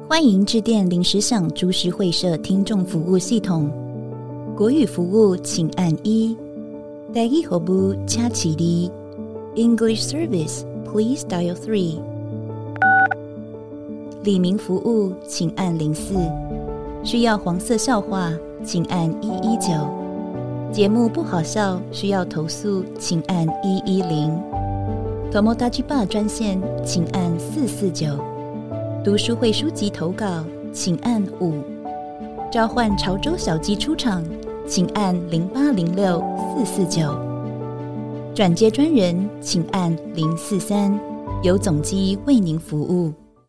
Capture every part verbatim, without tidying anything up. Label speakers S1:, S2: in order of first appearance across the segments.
S1: 欢迎致电临时想株式会社听众服务系统，国语服务请按一，台语服务请起立 ，English service please dial three。李明服务请按零四，需要黄色笑话请按一一九，节目不好笑需要投诉请按一一零。Tomodachi Bar 专线请按四四九，读书会书籍投稿请按五，召唤潮州小鸡出场请按零八零六四四九，转接专人请按零四三，由总机为您服务。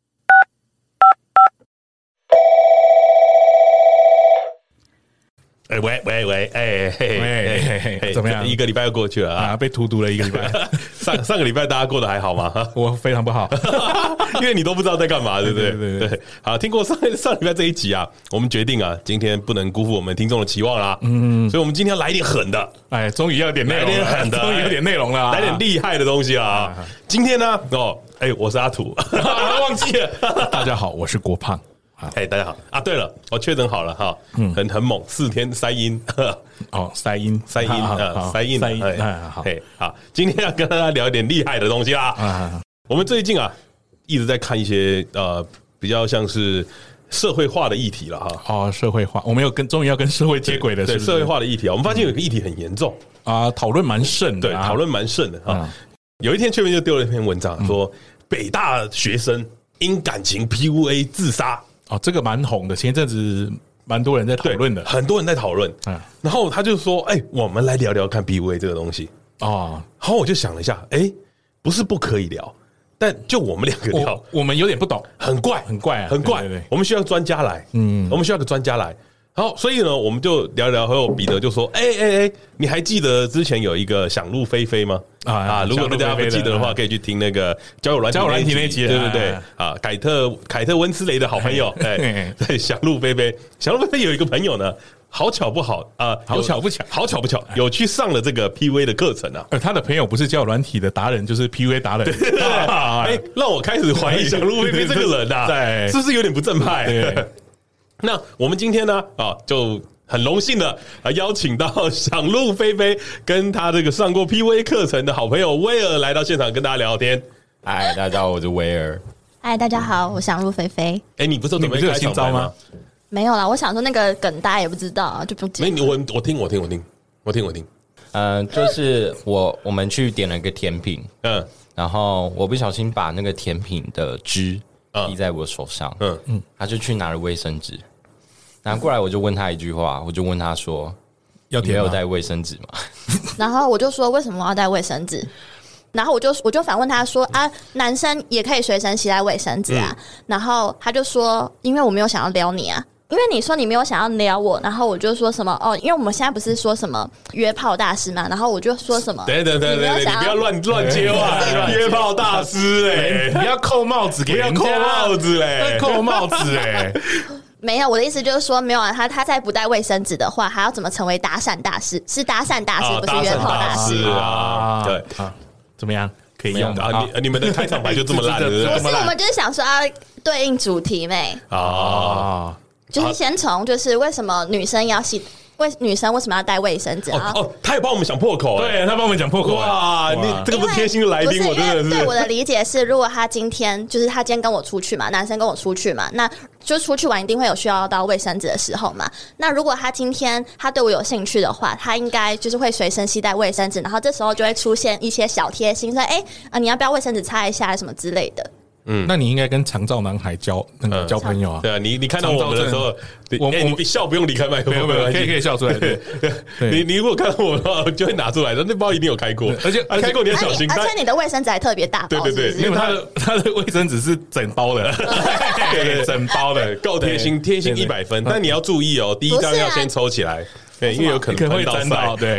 S2: 哎、欸、喂喂喂，哎、欸、嘿嘿嘿嘿，
S3: 怎么样？
S2: 一个礼拜又过去了 啊,
S3: 啊，被荼毒了一个礼拜。
S2: 上上个礼拜大家过得还好吗？
S3: 我非常不好，
S2: 因为你都不知道在干嘛，对不对？
S3: 对对 对, 对。
S2: 好，听过上上礼拜这一集啊，我们决定啊，今天不能辜负我们听众的期望啦。嗯，所以我们今天来一点狠的，
S3: 哎，终于要有点内容了，
S2: 狠的，
S3: 终于有点内容了，
S2: 来点厉害的东西啊！今天呢，哦，哎、欸，我是阿土，忘记了。
S3: 大家好，我是郭胖。
S2: 哎、hey, 大家好啊！对了，我确诊好了哈，嗯，很很猛，四天塞阴，
S3: 哦，塞阴，
S2: 塞阴啊，塞阴，
S3: 塞阴，
S2: 哎，好，哎，好，今天要跟大家聊一点厉害的东西啦。啊，我们最近啊一直在看一些呃比较像是社会化的议题了哈。
S3: 哦，社会化，我们有跟终于要跟社会接轨的，
S2: 对，社会化的议题啊，我们发现有一个议题很严重
S3: 啊，讨论蛮盛的，
S2: 对，讨论蛮盛的啊。有一天，确实就丢了一篇文章，说北大学生因感情 P U A 自杀。
S3: 哦，这个蛮红的，前一阵子蛮多人在讨论的，
S2: 很多人在讨论。嗯，然后他就说：“哎、欸，我们来聊聊看 P U A 这个东西。”哦，然后我就想了一下，哎、欸，不是不可以聊，但就我们两个聊，
S3: 我, 我们有点不懂，
S2: 很怪，
S3: 很怪、啊，
S2: 很怪。
S3: 对对对，
S2: 我们需要专家来，嗯，我们需要个专家来。好，所以呢，我们就聊聊。然后彼得就说：“哎哎哎，你还记得之前有一个想入非非吗？啊啊！如果大家不记得的话，可以去听那个交友软体那一集，对对对啊，凯特凯特温斯雷的好朋友，哎，对，想入非非，想入非非有一个朋友呢，好巧不好啊，
S3: 好巧不巧，
S2: 好巧不巧，有去上了这个 P U A 的课程啊。
S3: 而他的朋友不是交友软体的达人，就是 P U A 达人。
S2: 哎，让我开始怀疑想入非非这个人啊，对，是不是有点不正派？那我们今天呢，啊，就。”很荣幸的啊，邀请到想入非非跟他这个上过 P U A 课程的好朋友威尔来到现场跟大家聊天。
S4: 嗨，大家好，我是威尔。
S5: 嗨，大家好，我想入非非。
S2: 哎、欸，你不是准备开新招吗？
S5: 没有啦，我想说那个梗大家也不知道啊，就不讲。
S2: 没，我我听我听我听我听我听。
S4: 嗯、呃，就是我我们去点了一个甜品，嗯，然后我不小心把那个甜品的汁滴在我手上，嗯嗯，他就去拿了卫生纸。拿过来我就问他一句话，我就问他说：“要你没有带卫生纸吗？”
S5: 然后我就说：“为什么要带卫生纸？”然后我就我就反问他说：“啊，男生也可以随身携带卫生纸啊？”嗯、然后他就说：“因为我没有想要撩你啊，因为你说你没有想要撩我。”然后我就说什么哦，因为我们现在不是说什么约炮大师嘛，然后我就说什么，
S2: 对对对对对，你不要乱乱接话，约炮大师嘞，
S3: 不要扣帽子给人家，
S2: 不要扣帽子嘞，
S3: 扣帽子哎。
S5: 没有，我的意思就是说，没有啊。他他再不带卫生纸的话，还要怎么成为搭讪大师？是搭讪大师，啊、不是约炮大师
S2: 啊？对
S3: 啊，怎么样？可以用
S2: 啊？你你们的开场白就这么烂？不是，
S5: 我们就是想说要对应主题没啊？就是先从就是为什么女生要洗。为女生为什么要带卫生纸啊？
S2: 哦，他也帮我们想破口，
S3: 对他帮我们讲破口。
S2: 哇，你这个不是贴心的来宾，我真的是。
S5: 对我的理解是，如果他今天就是他今天跟我出去嘛，男生跟我出去嘛，那就出去玩一定会有需要到卫生纸的时候嘛。那如果他今天他对我有兴趣的话，他应该就是会随身携带卫生纸，然后这时候就会出现一些小贴心，说哎啊，你要不要卫生纸擦一下什么之类的。
S3: 嗯，那你应该跟长照男孩交那个交朋友啊。
S2: 对啊，你你看到我们的时候，我我们笑不用离开麦克风，
S3: 没有没有，可以可以笑出来。对，
S2: 你你如果看到我的话，就会拿出来，那包一定有开过，而且开过你要小心。
S5: 而且你的卫生纸还特别大包，
S2: 对对对，
S3: 因为他的他的卫生纸是整包的，对对，整包的，
S2: 够贴心，贴心一百分。但你要注意哦，第一张要先抽起来，对，因为有可能
S3: 会沾到，对。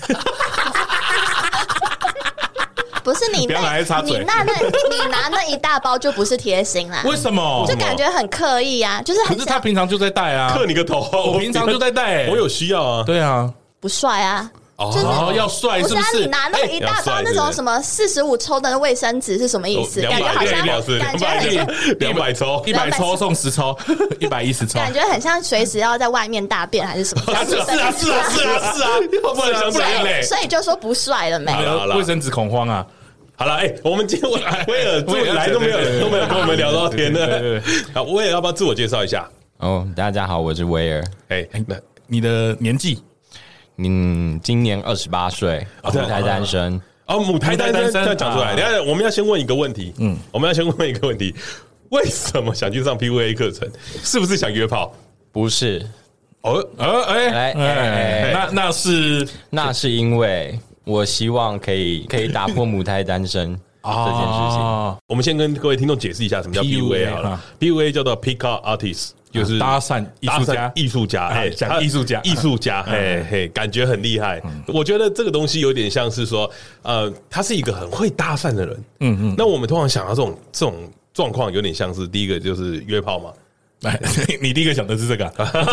S5: 不是你那，你那那，你拿那一大包就不是贴心啦。
S3: 为什么？
S5: 就感觉很刻意啊，就是很。
S3: 可是他平常就在带啊，
S2: 刻你个头！
S3: 我平常就在带，
S2: 我有需要啊。
S3: 对啊，
S5: 不帅啊。 哦，
S3: 要帅是不是？
S5: 你拿那么一大包那种什么四十五抽的卫生纸是什么意思？感觉好像感觉很像
S2: 两百抽，
S3: 一百抽送十抽，一百一十抽，
S5: 感觉很像随时要在外面大便还是什么？
S2: 是啊是啊是啊是啊，不然想怎样嘞？
S5: 所以就说不帅了没？
S3: 卫生纸恐慌啊！
S2: 好了，哎，我们今天威尔这来都没有都没有跟我们聊到天的。好，威尔要不要自我介绍一下？
S4: 哦，大家好，我是威尔。
S2: 哎，那
S3: 你的年纪？
S4: 嗯，今年二十八岁，母胎单身。
S2: 哦，母胎单身这样讲出来。等下我们要先问一个问题，嗯，我们要先问一个问题：为什么想去上 P U A 课程？是不是想约炮？
S4: 不是。
S2: 哦，呃，哎
S3: 哎，那那是
S4: 那是因为我希望可以可以打破母胎单身这件事情。
S2: 我们先跟各位听众解释一下什么叫 P U A 好了。P U A 叫做 Pick Up Artist。就是
S3: 搭讪艺术家，
S2: 艺术家，哎，
S3: 讲艺术家，
S2: 艺术家，嘿嘿，感觉很厉害。我觉得这个东西有点像是说，呃，他是一个很会搭讪的人。嗯嗯。那我们通常想到这种这种状况，有点像是第一个就是约炮嘛。
S3: 哎，你第一个想的是这个？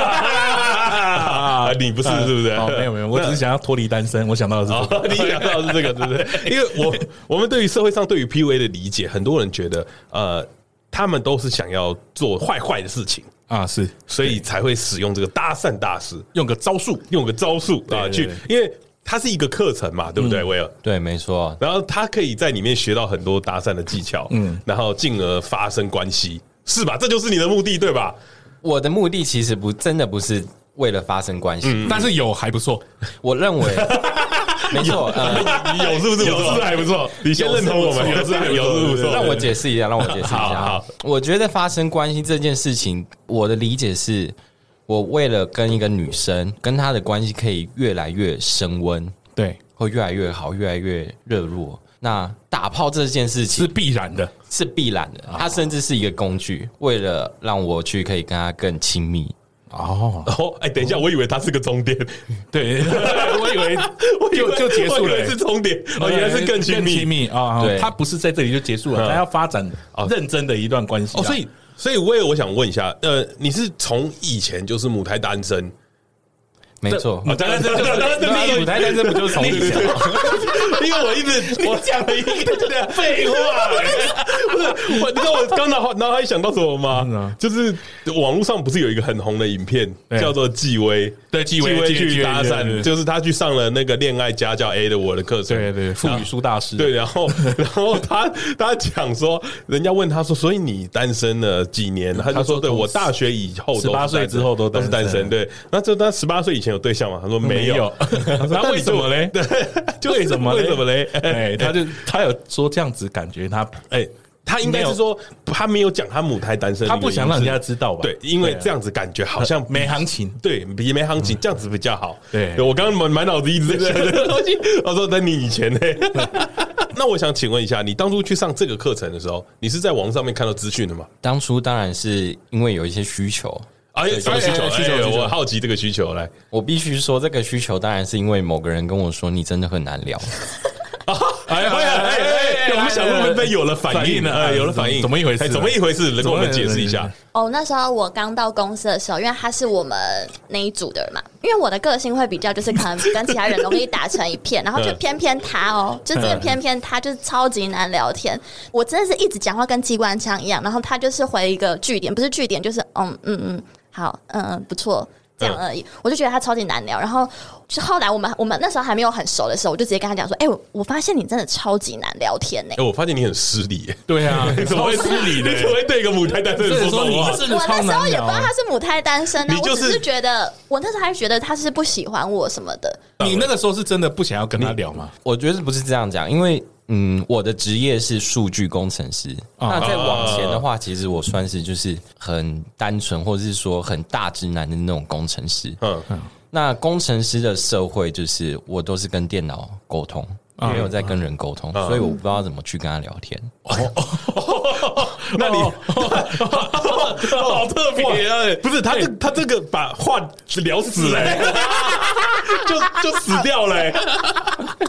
S2: 你不是是不是？
S3: 哦，没有没有，我只是想要脱离单身，我想到的是这个。
S2: 你想到的是这个，对不对？因为我我们对于社会上对于 P U A 的理解，很多人觉得，呃，他们都是想要做坏坏的事情。
S3: 啊，是，
S2: 所以才会使用这个搭讪大师，
S3: 用个招数，
S2: 用个招数啊，去，因为它是一个课程嘛，对不对，威尔？
S4: 对，没错。
S2: 然后他可以在里面学到很多搭讪的技巧，嗯，然后进而发生关系，是吧？这就是你的目的，对吧？
S4: 我的目的其实不真的不是为了发生关系，嗯、
S3: 但是有还不错，
S4: 我认为。没错，呃，
S2: 有是不是？有是不是还不错？你先认同我们，有是有是不错。
S4: 让我解释一下，让我解释一下。好，我觉得发生关系这件事情，我的理解是，我为了跟一个女生跟她的关系可以越来越升温，
S3: 对，
S4: 会越来越好，越来越热络。那打炮这件事情
S3: 是必然的，
S4: 是必然的。它甚至是一个工具，为了让我去可以跟她更亲密。
S2: 哦，哦，哎，等一下，我以为它是个终点，
S3: 对，我以为我就就结束了，
S2: 是终点，哦，原来是更亲密，
S3: 亲密啊，对，它不是在这里就结束了，它要发展认真的一段关系，
S2: 哦，所以，所以我也我想问一下，呃，你是从以前就是母胎单身？
S4: 没错，
S3: 母胎单身就是
S4: 母胎单身不就是从以前吗？
S2: 因为我一直我讲了一个这样废话，不是我，你知道我刚脑脑海想到什么吗？就是网络上不是有一个很红的影片叫做纪薇，
S3: 对，纪
S2: 薇去搭讪，就是他去上了那个恋爱家教 A 的我的课程，
S3: 对对，腹语书大师，
S2: 对，然后然后他他讲说，人家问他说，所以你单身了几年？他就说，对我大学以后
S3: 十八岁之后都
S2: 都是单身，对，那就他十八岁以前有对象吗？他说没有，
S3: 那为什么嘞？对，
S2: 就为什么为什么嘞？
S3: 哎，他就他有说这样子，感觉他哎，
S2: 他应该是说他没有讲他母胎单身，
S3: 他不想让人家知道吧？
S2: 对，因为这样子感觉好像
S3: 没行情，
S2: 对，比没行情，这样子比较好。
S3: 对，
S2: 我刚刚满满脑子一直在想这个东西。我说等你以前呢？那我想请问一下，你当初去上这个课程的时候，你是在网上面看到资讯的吗？
S4: 当初当然是因为有一些需求。
S2: 哎，什么需求？需求？我好奇这个需求来。
S4: 我必须说，这个需求当然是因为某个人跟我说，你真的很难聊。
S2: 哎哎哎！我们小鹿纷纷有了反应了，有了反应，
S3: 怎么一回事？
S2: 怎么一回事？能跟我们解释一下？
S5: 哦，那时候我刚到公司的时候，因为他是我们那一组的人嘛，因为我的个性会比较就是可能跟其他人容易打成一片，然后就偏偏他哦，就真的偏偏他就是超级难聊天。我真的是一直讲话跟机关枪一样，然后他就是回一个句点，不是句点就是嗯嗯嗯，好，嗯不错。这样而已，我就觉得他超级难聊。然后就后来我们我们那时候还没有很熟的时候，我就直接跟他讲说：“哎、欸，我我发现你真的超级难聊天呢、欸。”
S2: 哎，我发现你很失礼、欸。
S3: 对啊，
S2: 你怎么会失礼呢？你怎么会对一个母胎单身说说
S3: 你
S2: 话？
S3: 真的超难聊。
S5: 我那时候也不知道他是母胎单身啊，
S2: 你就是、
S5: 我只是觉得我那时候还是觉得他是不喜欢我什么的。
S3: 你那个时候是真的不想要跟他聊吗？
S4: 我觉得不是这样讲，因为。嗯，我的职业是数据工程师。哦、那再往前的话，其实我算是就是很单纯，或者是说很大直男的那种工程师。嗯嗯。那工程师的社会就是我都是跟电脑沟通，没有在跟人沟通，嗯、所以我不知道怎么去跟他聊天。哦，
S2: 那你好特别啊！不是他这他这个把话聊死了、欸，就就死掉了、欸。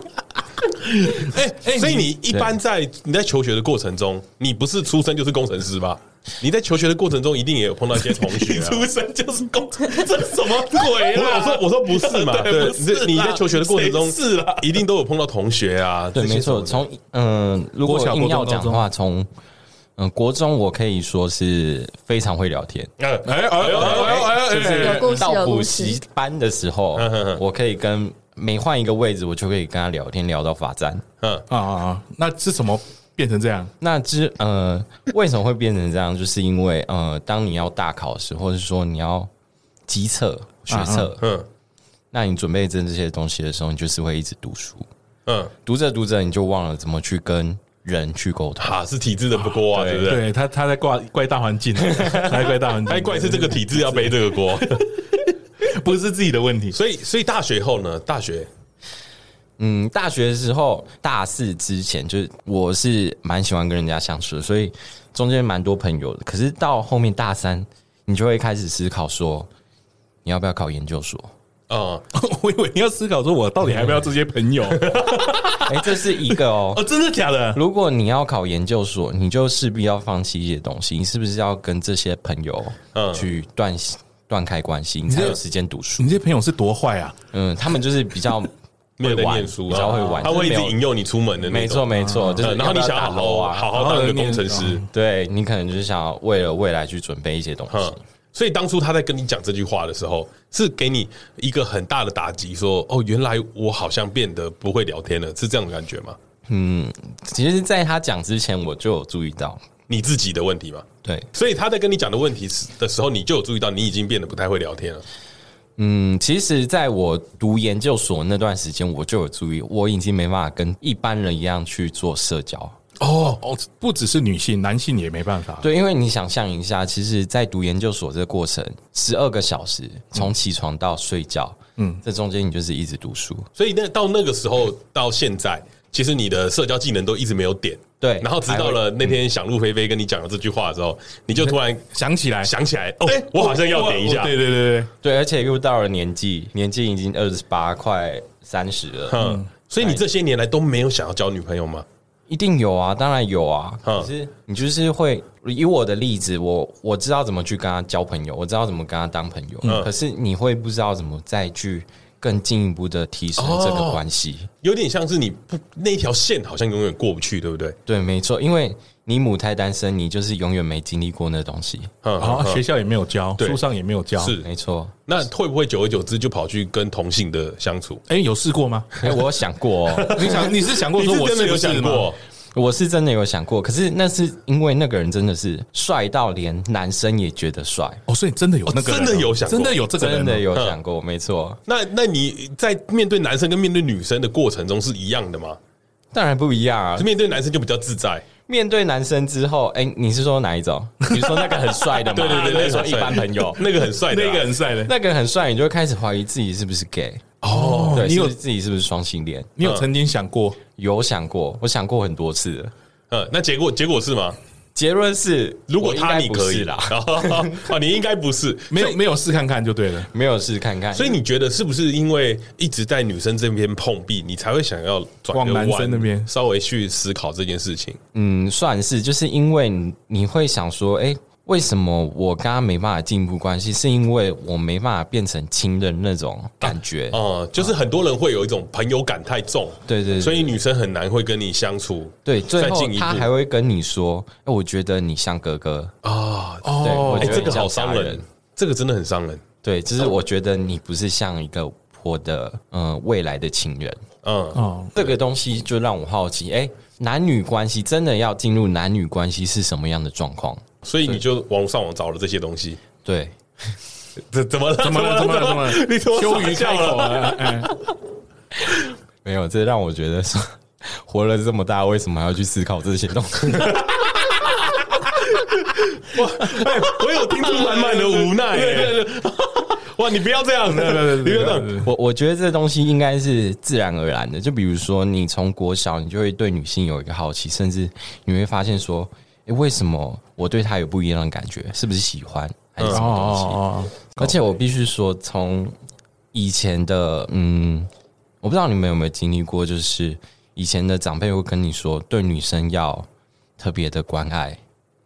S2: 哎哎，所以你一般在你在求学的过程中，你不是出生就是工程师吧？ 你在求学的过程中，一定也有碰到一些同学、啊，
S3: 出生就是公主，这是什么鬼啊？
S2: 我说我说不是嘛？对，对你在求学的过程中
S3: 是啦，
S2: 一定都有碰到同学啊。
S4: 对，没错。从嗯、呃，如果硬要讲的话，从嗯国中我可以说是非常会聊天。哎哎哎哎哎，就是到补习班的时候，我可以跟每换一个位置，我就可以跟他聊天聊到罚站。
S3: 嗯啊啊，那是什么？变成这样，
S4: 那之呃，为什么会变成这样？就是因为呃，当你要大考试，或者说你要基测、学测，嗯，那你准备这这些东西的时候，你就是会一直读书，嗯，读着读着你就忘了怎么去跟人去沟通。
S2: 哈，是体制的不过啊，对不对？
S3: 对他他在怪怪大环境，他在怪大环境，
S2: 他怪是这个体制要背这个锅，
S3: 不是自己的问题。
S2: 所以，所以大学后呢，大学。
S4: 嗯，大学的时候，大四之前，就是我是蛮喜欢跟人家相处的，所以中间蛮多朋友的。可是到后面大三，你就会开始思考说，你要不要考研究所？
S3: 啊、嗯，我以为你要思考说，我到底还要不要这些朋友？
S4: 哎、欸，这是一个哦，
S3: 哦，真的假的？
S4: 如果你要考研究所，你就势必要放弃一些东西，你是不是要跟这些朋友去断断开关系，你才有时间读书？
S3: 你这些朋友是多坏啊？
S4: 嗯，他们就是比较。
S2: 没有在念书，
S4: 比较会玩，
S2: 他会一直引诱你出门的那种。
S4: 没错，没错，就是。
S2: 然后你想要好好啊，好好当一个工程师，
S4: 对你可能就是想要为了未来去准备一些东西。
S2: 所以当初他在跟你讲这句话的时候，是给你一个很大的打击，说：“哦，原来我好像变得不会聊天了。”是这样的感觉吗？
S4: 嗯，其实，在他讲之前，我就有注意到
S2: 你自己的问题嘛。
S4: 对，
S2: 所以他在跟你讲的问题的时候，你就有注意到你已经变得不太会聊天了。
S4: 嗯，其实在我读研究所那段时间，我就有注意，我已经没办法跟一般人一样去做社交。
S3: 哦哦，不只是女性，男性也没办法。
S4: 对，因为你想象一下，其实，在读研究所这个过程，十二个小时，从起床到睡觉，嗯，这中间你就是一直读书。
S2: 所以那到那个时候到现在，其实你的社交技能都一直没有点。
S4: 对，
S2: 然后直到了那天想入非非跟你讲了这句话的时候，你就突然
S3: 想起来，
S2: 想起来，哦，欸、我好像要点一下。
S3: 对对对对
S4: 对，而且又到了年纪，年纪已经二十八，快三十了。
S2: 嗯，所以你这些年来都没有想要交女朋友吗？
S4: 一定有啊，当然有啊。可是你就是会以我的例子，我我知道怎么去跟他交朋友，我知道怎么跟他当朋友。嗯、可是你会不知道怎么再去更进一步的提升这个关系、哦，
S2: 有点像是你不那条线好像永远过不去，对不对？
S4: 对，没错，因为你母胎单身，你就是永远没经历过那东西，
S3: 然后、哦、学校也没有教，书上也没有教，
S2: 是
S4: 没错。
S2: 那会不会久而久之就跑去跟同性的相处？
S3: 哎、欸，有试过吗？
S4: 哎、欸，我有想过、哦，
S3: 你想你是想过说我
S2: 真的有想过？
S4: 我是真的有想过，可是那是因为那个人真的是帅到连男生也觉得帅
S3: 哦，所以真的有那个人、
S2: 哦、真的有想过，
S3: 真的有这个人，
S4: 真的有想过，没错。
S2: 那那你在面对男生跟面对女生的过程中是一样的吗？
S4: 当然不一样啊，
S2: 面对男生就比较自在。
S4: 面对男生之后，哎、欸，你是说哪一种？比如说那个很帅的吗？
S2: 对对对，那
S4: 说一般朋友，
S2: 那个很帅的、啊，
S3: 那个很帅的，
S4: 那个很帅，你就会开始怀疑自己是不是 gay。哦，对，你有自己是不是双性恋？
S3: 你有曾经想过？
S4: 有想过，我想过很多次了。
S2: 嗯，那结果结果是吗？
S4: 结论是，
S2: 如果他你可以
S4: 啦，
S2: 哦，你应该不是，
S3: 没有没有试看看就对了，
S4: 没有试看看。
S2: 所以你觉得是不是因为一直在女生这边碰壁，你才会想要转
S3: 往男生那边
S2: 稍微去思考这件事情？
S4: 嗯，算是，就是因为你你会想说，哎、欸。为什么我跟他没办法进一步关系？是因为我没办法变成亲人那种感觉
S2: 哦、啊嗯，就是很多人会有一种朋友感太重，
S4: 对 对, 对，
S2: 所以女生很难会跟你相处。
S4: 对，最后他还会跟你说：“哎、欸，我觉得你像哥哥啊。”哦，对，我觉得、欸、
S2: 这个好伤人，这个真的很伤人。
S4: 对，就是我觉得你不是像一个我的嗯、呃、未来的情人。嗯哦，这个东西就让我好奇，哎、欸，男女关系真的要进入男女关系是什么样的状况？
S2: 所以你就网上网找了这些东西，
S4: 对，
S2: 这怎么了？
S3: 怎么了？怎么了？怎么了？
S2: 你
S3: 羞于开口了？
S2: 嗯、
S4: 没有，这让我觉得说，活了这么大，为什么还要去思考这些东西？
S2: 哇、欸，我有听出满满的无奈、欸。哇，你不要这样，你不要这样。
S4: 我我觉得这东西应该是自然而然的。就比如说，你从国小，你就会对女性有一个好奇，甚至你会发现说。欸、为什么我对他有不一样的感觉？是不是喜欢还是什么东西？嗯哦哦、而且我必须说，从以前的嗯，我不知道你们有没有经历过，就是以前的长辈会跟你说，对女生要特别的关爱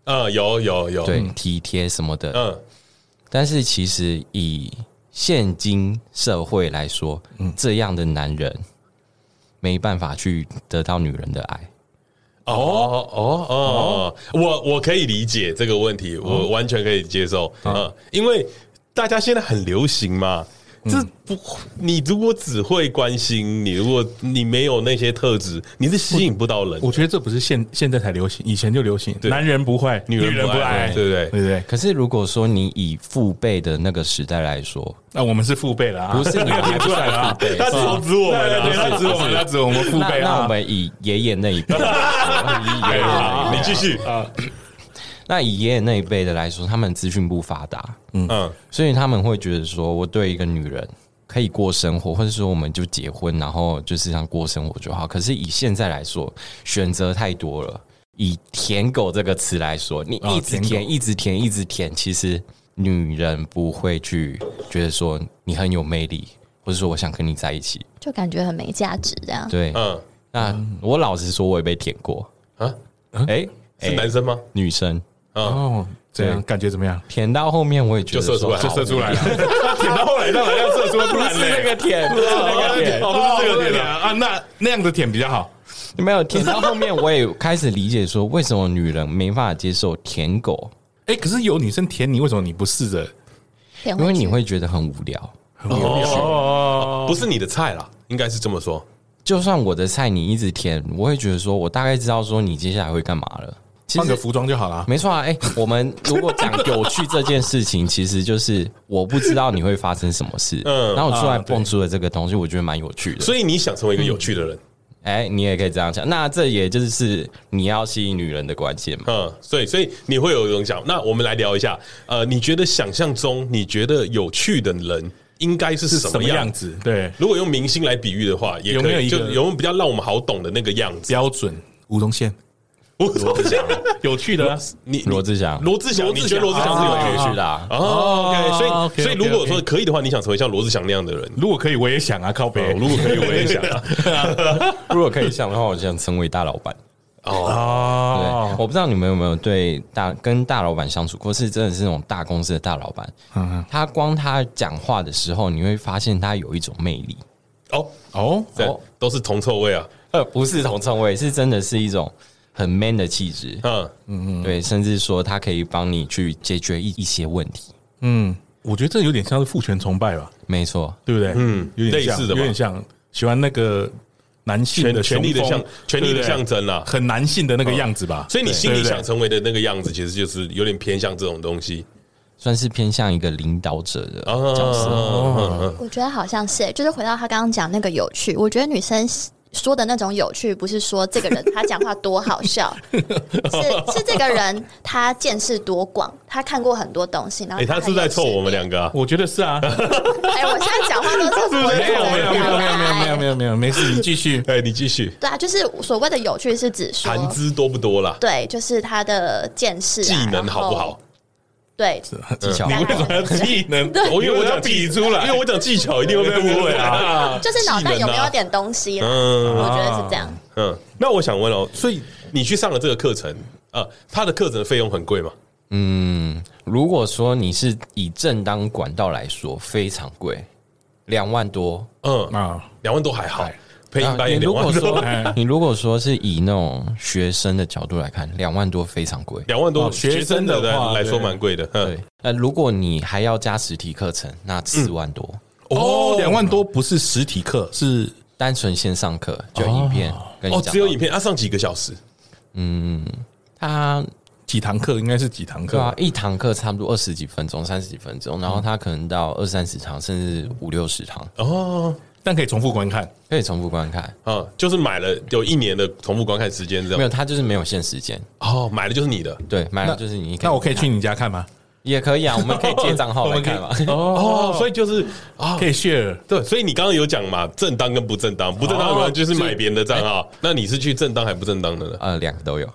S2: 呃，有有有，
S4: 对，体贴什么的，嗯。但是其实以现今社会来说，嗯，这样的男人没办法去得到女人的爱。
S2: 哦哦哦，我我可以理解这个问题，我完全可以接受啊、嗯，因为大家现在很流行嘛。这不，你如果只会关心，你如果你没有那些特质，你是吸引不到人。
S6: 我觉得这不是现现在才流行，以前就流行。男人不坏，女人不爱，
S2: 对不对？
S6: 对不对？
S4: 可是如果说你以父辈的那个时代来说，
S6: 那我们是父辈了啊，
S4: 不是你还不算父辈，
S2: 他指我们，
S6: 对，他指我们，他指我们父辈啊。
S4: 那我们以爷爷那一辈，
S2: 你继续啊。
S4: 那以爷爷那一辈的来说，他们资讯不发达，嗯，所以他们会觉得说，我对一个女人可以过生活，或者说我们就结婚，然后就是像过生活就好。可是以现在来说，选择太多了。以舔狗这个词来说，你一直舔、哦、一直舔、一直舔，其实女人不会去觉得说你很有魅力，或者说我想跟你在一起，
S5: 就感觉很没价值这样。
S4: 对，嗯，那我老实说，我也被舔过啊。哎、
S2: 欸，是男生吗？
S4: 女生。
S6: 哦，这样感觉怎么样？
S4: 舔到后面我也觉得
S2: 就射出来，
S6: 就射出来了。
S2: 舔到后来当然要射出来，不
S4: 是那个舔，不是那个舔，
S6: 哦，不是这个舔啊。那那样的舔比较好。
S4: 没有舔到后面，我也开始理解说，为什么女人没办法接受舔狗。
S6: 哎、欸，可是有女生舔你，为什么你不试着？
S4: 因为你会觉得很无聊，
S6: 很无聊，
S2: 哦，不是你的菜啦，应该是这么说。
S4: 就算我的菜你一直舔，我会觉得说我大概知道说你接下来会干嘛了。
S6: 换个服装就好了，
S4: 没错啊。哎、欸，我们如果讲有趣这件事情，其实就是我不知道你会发生什么事，嗯，然后我出来蹦出了这个东西，我觉得蛮有趣的。
S2: 所以你想成为一个有趣的人，
S4: 哎、嗯欸，你也可以这样讲。那这也就是你要吸引女人的关键嘛。
S2: 嗯，所以所以你会有一种想，那我们来聊一下，呃，你觉得想象中你觉得有趣的人应该是什么样子？
S6: 对，
S2: 如果用明星来比喻的话，也可以，有没有一个就有没有比较让我们好懂的那个样子？
S6: 标准吴宗宪。
S2: 罗志祥
S6: 有趣的、啊，
S2: 你
S4: 罗志祥，
S2: 罗志祥，你觉得罗志祥是有趣的啊？哦 ，OK， 所以 okay, 所以如果说可以的话，你想成为像罗志祥那样的人？
S6: 如果可以，我也想啊，靠北、
S2: 哦。如果可以，我也想啊。
S4: 如果可以想的话，我想成为大老板。哦，对，我不知道你们有没有对大跟大老板相处过，是真的是那种大公司的大老板。嗯，他光他讲话的时候，你会发现他有一种魅力。
S2: 哦哦，哦，都是铜臭味啊？
S4: 呃，不是铜臭味，是真的是一种。很 man 的气质，嗯嗯，对，甚至说他可以帮你去解决一一些问题，
S6: 嗯，我觉得这有点像是父权崇拜吧，
S4: 没错，
S6: 对不对？嗯，有点像，有点像喜欢那个男性的
S2: 权力的象，权力的象征啦，
S6: 很男性的那个样子吧。
S2: 所以你心里想成为的那个样子，其实就是有点偏向这种东西，
S4: 算是偏向一个领导者的角色。
S5: 我觉得好像是，就是回到他刚刚讲那个有趣，我觉得女生说的那种有趣，不是说这个人他讲话多好笑，是是这个人他见识多广，他看过很多东西。然后他、
S2: 欸、他是在凑我们两个、啊，
S6: 我觉得是啊。
S5: 哎、欸，我现在讲话都是没有
S6: 没有没有没有没有没有没有没有没事，你继续。
S2: 哎，你继续。
S5: 对啊，就是所谓的有趣是指说
S2: 谈资多不多啦？
S5: 对，就是他的见识、啊、
S2: 技能好不好？
S5: 对，
S6: 技巧。你为什么要技能？
S2: 我因为我讲比出来，因为我讲技巧一定会被误会啊。
S5: 就是脑袋有没有点东西啦？嗯，我觉得是这样。
S2: 嗯，那我想问哦，所以你去上了这个课程，呃，他的课程的费用很贵吗？
S4: 嗯，如果说你是以正当管道来说，非常贵，两万多。
S2: 嗯啊，两万多还好。配音班也两万多，
S4: 你如果说是以那种学生的角度来看，两万多非常贵。
S2: 两万多学生的来说蛮贵的。
S4: 对，那如果你还要加实体课程，那四万多。
S6: 哦，两万多不是实体课，是
S4: 单纯线上课，就影片跟你讲。
S2: 哦，只有影片，他上几个小时？
S4: 嗯，他
S6: 几堂课应该是几堂课？
S4: 对啊，一堂课差不多二十几分钟、三十几分钟，然后他可能到二三十堂，甚至五六十堂。
S6: 哦。但可以重复观看，
S4: 可以重复观看
S2: 啊，就是买了有一年的重复观看时间这样。
S4: 没有，它就是没有限时间
S2: 哦，买的就是你的，
S4: 对，买了就是你。
S6: 那我可以去你家看吗？
S4: 也可以啊，我们可以借账号来看嘛。
S2: 哦，所以就是啊，
S6: 可以 share。
S2: 对，所以你刚刚有讲嘛，正当跟不正当，不正当的就是买别人的账号，那你是去正当还不正当的呢？
S4: 呃，两个都有。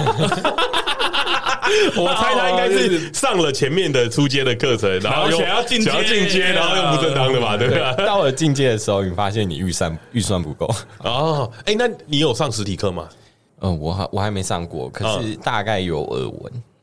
S2: 我猜他应该是上了前面的初阶的课程，然后
S6: 想要进
S2: 想要进阶，然后又不正当的嘛，对吧？
S4: 到了进阶的时候，你发现你预算预算不够
S2: 哦。哎，那你有上实体课吗？
S4: 嗯，我还我还没上过，可是大概有耳闻。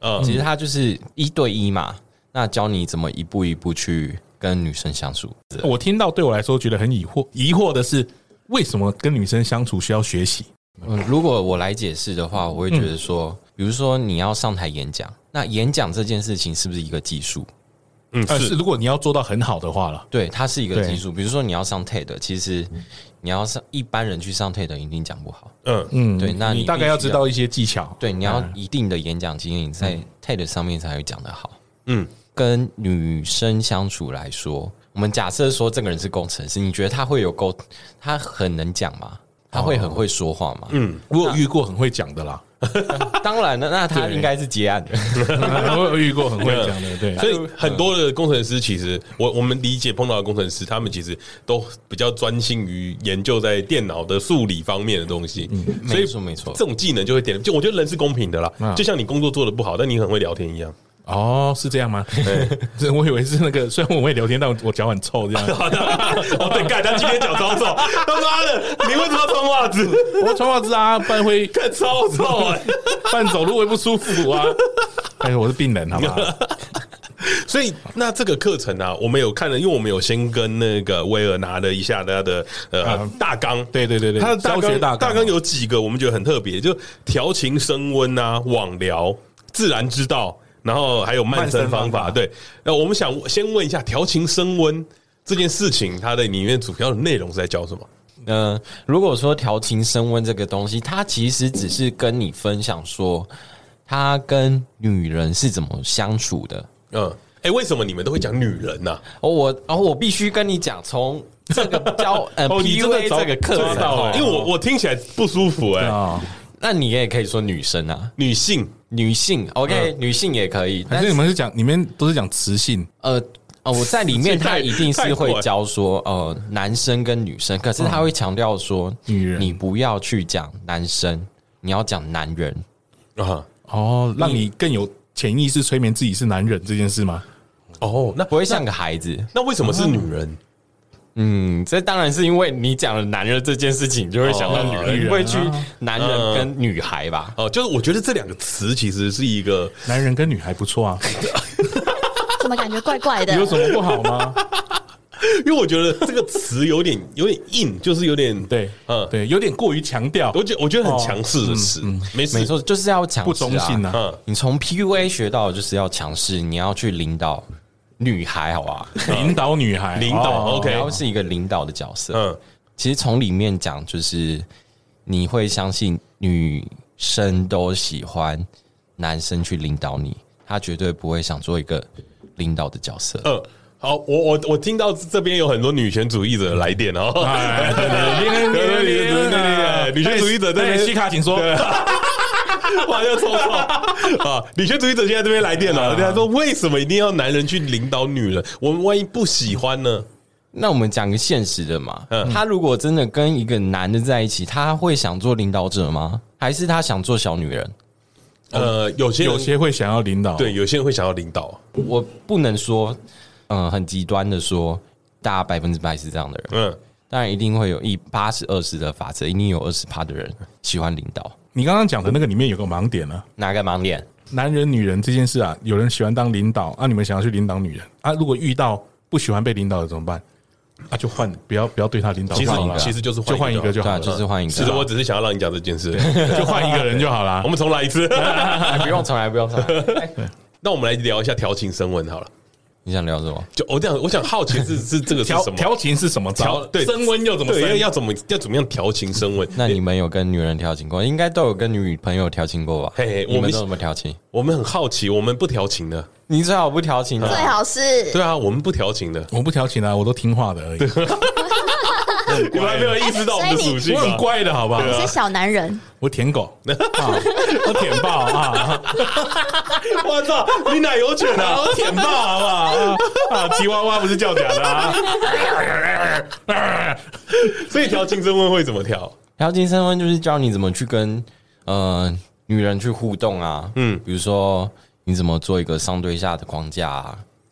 S4: 嗯，其实它就是一对一嘛，那教你怎么一步一步去跟女生相处。
S6: 我听到对我来说觉得很疑惑，疑惑的是为什么跟女生相处需要学习？
S4: 嗯，如果我来解释的话，我会觉得说，嗯、比如说你要上台演讲，那演讲这件事情是不是一个技术？
S6: 嗯，是。如果你要做到很好的话了，
S4: 对，它是一个技术。比如说你要上 T E D， 其实你要上一般人去上 T E D 一定讲不好。
S6: 嗯嗯，
S4: 对，那
S6: 你, 你大概要知道一些技巧。
S4: 对，你要一定的演讲经验，你在 T E D 上面才会讲得好。嗯，跟女生相处来说，我们假设说这个人是工程师，你觉得他会有沟，他很能讲吗？他会很会说话吗？
S6: 嗯，我有遇过很会讲的啦。
S4: 当然了，那他应该是接案的。
S6: 我有遇过很会讲的，对。
S2: 所以很多的工程师，其实我我们理解碰到的工程师，他们其实都比较专心于研究在电脑的数理方面的东西。嗯，
S4: 所以没错没错，
S2: 这种技能就会点。就我觉得人是公平的啦，嗯、就像你工作做得不好，但你很会聊天一样。
S6: 哦，是这样吗？对，我以为是那个，虽然我会聊天，但我脚很臭这样。
S2: 哦，对，干他今天脚超臭，他妈的，你为什么要穿袜子？
S6: 我穿袜子啊，不然会
S2: 看超臭哎、欸，
S6: 不然走路会不舒服啊。但是我是病人，好不好？
S2: 所以那这个课程啊，我们有看了，因为我们有先跟那个威尔拿了一下他的呃、啊、大纲，
S6: 对对对对，
S2: 他的大纲大纲有几个我们觉得很特别，就调情升温啊、网聊、自然之道。然后还有慢生方法，对。那我们想先问一下，调情升温这件事情，它的里面主要的内容是在教什么？
S4: 呃，如果说调情升温这个东西，它其实只是跟你分享说，他跟女人是怎么相处的。
S2: 嗯，哎、欸，为什么你们都会讲女人呢、啊？
S4: 哦，我哦，我必须跟你讲，从这个教呃 P U A 这个课程，
S2: 因为我我听起来不舒服哎、欸。
S6: 哦
S4: 那你也可以说女生啊，
S2: 女性，
S4: 女性 ，OK，、嗯、女性也可以。
S6: 但是你们是讲，你们都是讲雌性。
S4: 呃呃，我在里面他一定是会教说，呃，男生跟女生，可是他会强调说，女人，你不要去讲男生，你要讲男人
S6: 啊。哦，让你更有潜意识催眠自己是男人这件事吗？
S2: 哦，那
S4: 不会像个孩子。
S2: 那为什么是女人？哦
S4: 嗯，这当然是因为你讲了男人这件事情，你就会想到女人，你、哦、会去男人跟女孩吧？
S2: 哦，就是我觉得这两个词其实是一个
S6: 男人跟女孩不错啊，
S5: 怎么感觉怪怪的？
S6: 有什么不好吗？
S2: 因为我觉得这个词有点有点硬，就是有点
S6: 对，嗯，对，有点过于强调。
S2: 我觉我觉得很强势的词，哦嗯、
S4: 没没错，就是要强势、啊，
S6: 不中性啊。
S4: 嗯，你从 P U A 学到的就是要强势，你要去领导。女孩，好吧，
S6: 领导女孩，
S2: 领导 ，OK，
S4: 然后是一个领导的角色。嗯，其实从里面讲，就是你会相信女生都喜欢男生去领导你，他绝对不会想做一个领导的角色。
S2: 嗯，好，我我我听到这边有很多女权主义者来电哦，
S6: 对对对对对，
S2: 女权主义者这边
S6: 西卡，请说。
S2: 哇，又臭臭啊！女权主义者现在这边来电了，他说：“为什么一定要男人去领导女人？我们万一不喜欢呢？”
S4: 那我们讲个现实的嘛，嗯、他如果真的跟一个男的在一起，他会想做领导者吗？还是他想做小女人？
S2: 呃，有些
S6: 有些会想要领导，
S2: 对，有些人会想要领导。
S4: 我不能说，嗯、呃，很极端的说，大家百分之百是这样的人。嗯，当然一定会有一八十二十的法则，一定有二十趴的人喜欢领导。
S6: 你刚刚讲的那个里面有个盲点呢、啊，
S4: 哪个盲点？
S6: 男人、女人这件事啊，有人喜欢当领导啊，你们想要去领导女人啊？如果遇到不喜欢被领导的怎么办？啊，就换，不要不要对他领导。
S2: 其实其实就是
S6: 就换一个就好了，
S4: 就是换一个。
S2: 其实我只是想要让你讲这件事，
S6: 就换一个人就好了。
S2: 我们重来一次，
S4: 不用重来，不用重来。
S2: 那我们来聊一下调情升温好了。
S4: 你想聊什么？
S2: 就我这样，我想好奇是是这个是什么？
S6: 调情是什么招？对，升温又怎么升？
S2: 对，要怎么要怎么样调情升温？
S4: 那你们有跟女人调情过？应该都有跟女朋友调情过吧？
S2: 嘿嘿，
S4: 你们都怎么调情？
S2: 我们很好奇，我们不调情的。
S4: 你最好不调情的，
S5: 最好是。
S2: 对啊，我们不调情的，
S6: 我不调情啊，我都听话的而已。
S2: 你们还没有意识到我们的属性，
S6: 我很乖的好不好？
S5: 你是小男人，
S6: 我舔狗啊，我舔爆啊！
S2: 我操，你奶油犬啊！
S6: 我舔爆好不好？啊，吉娃娃不是叫假的啊！
S2: 所以调情升温会怎么调？
S4: 调情升温就是教你怎么去跟呃女人去互动啊，嗯，比如说你怎么做一个上对下的框架啊，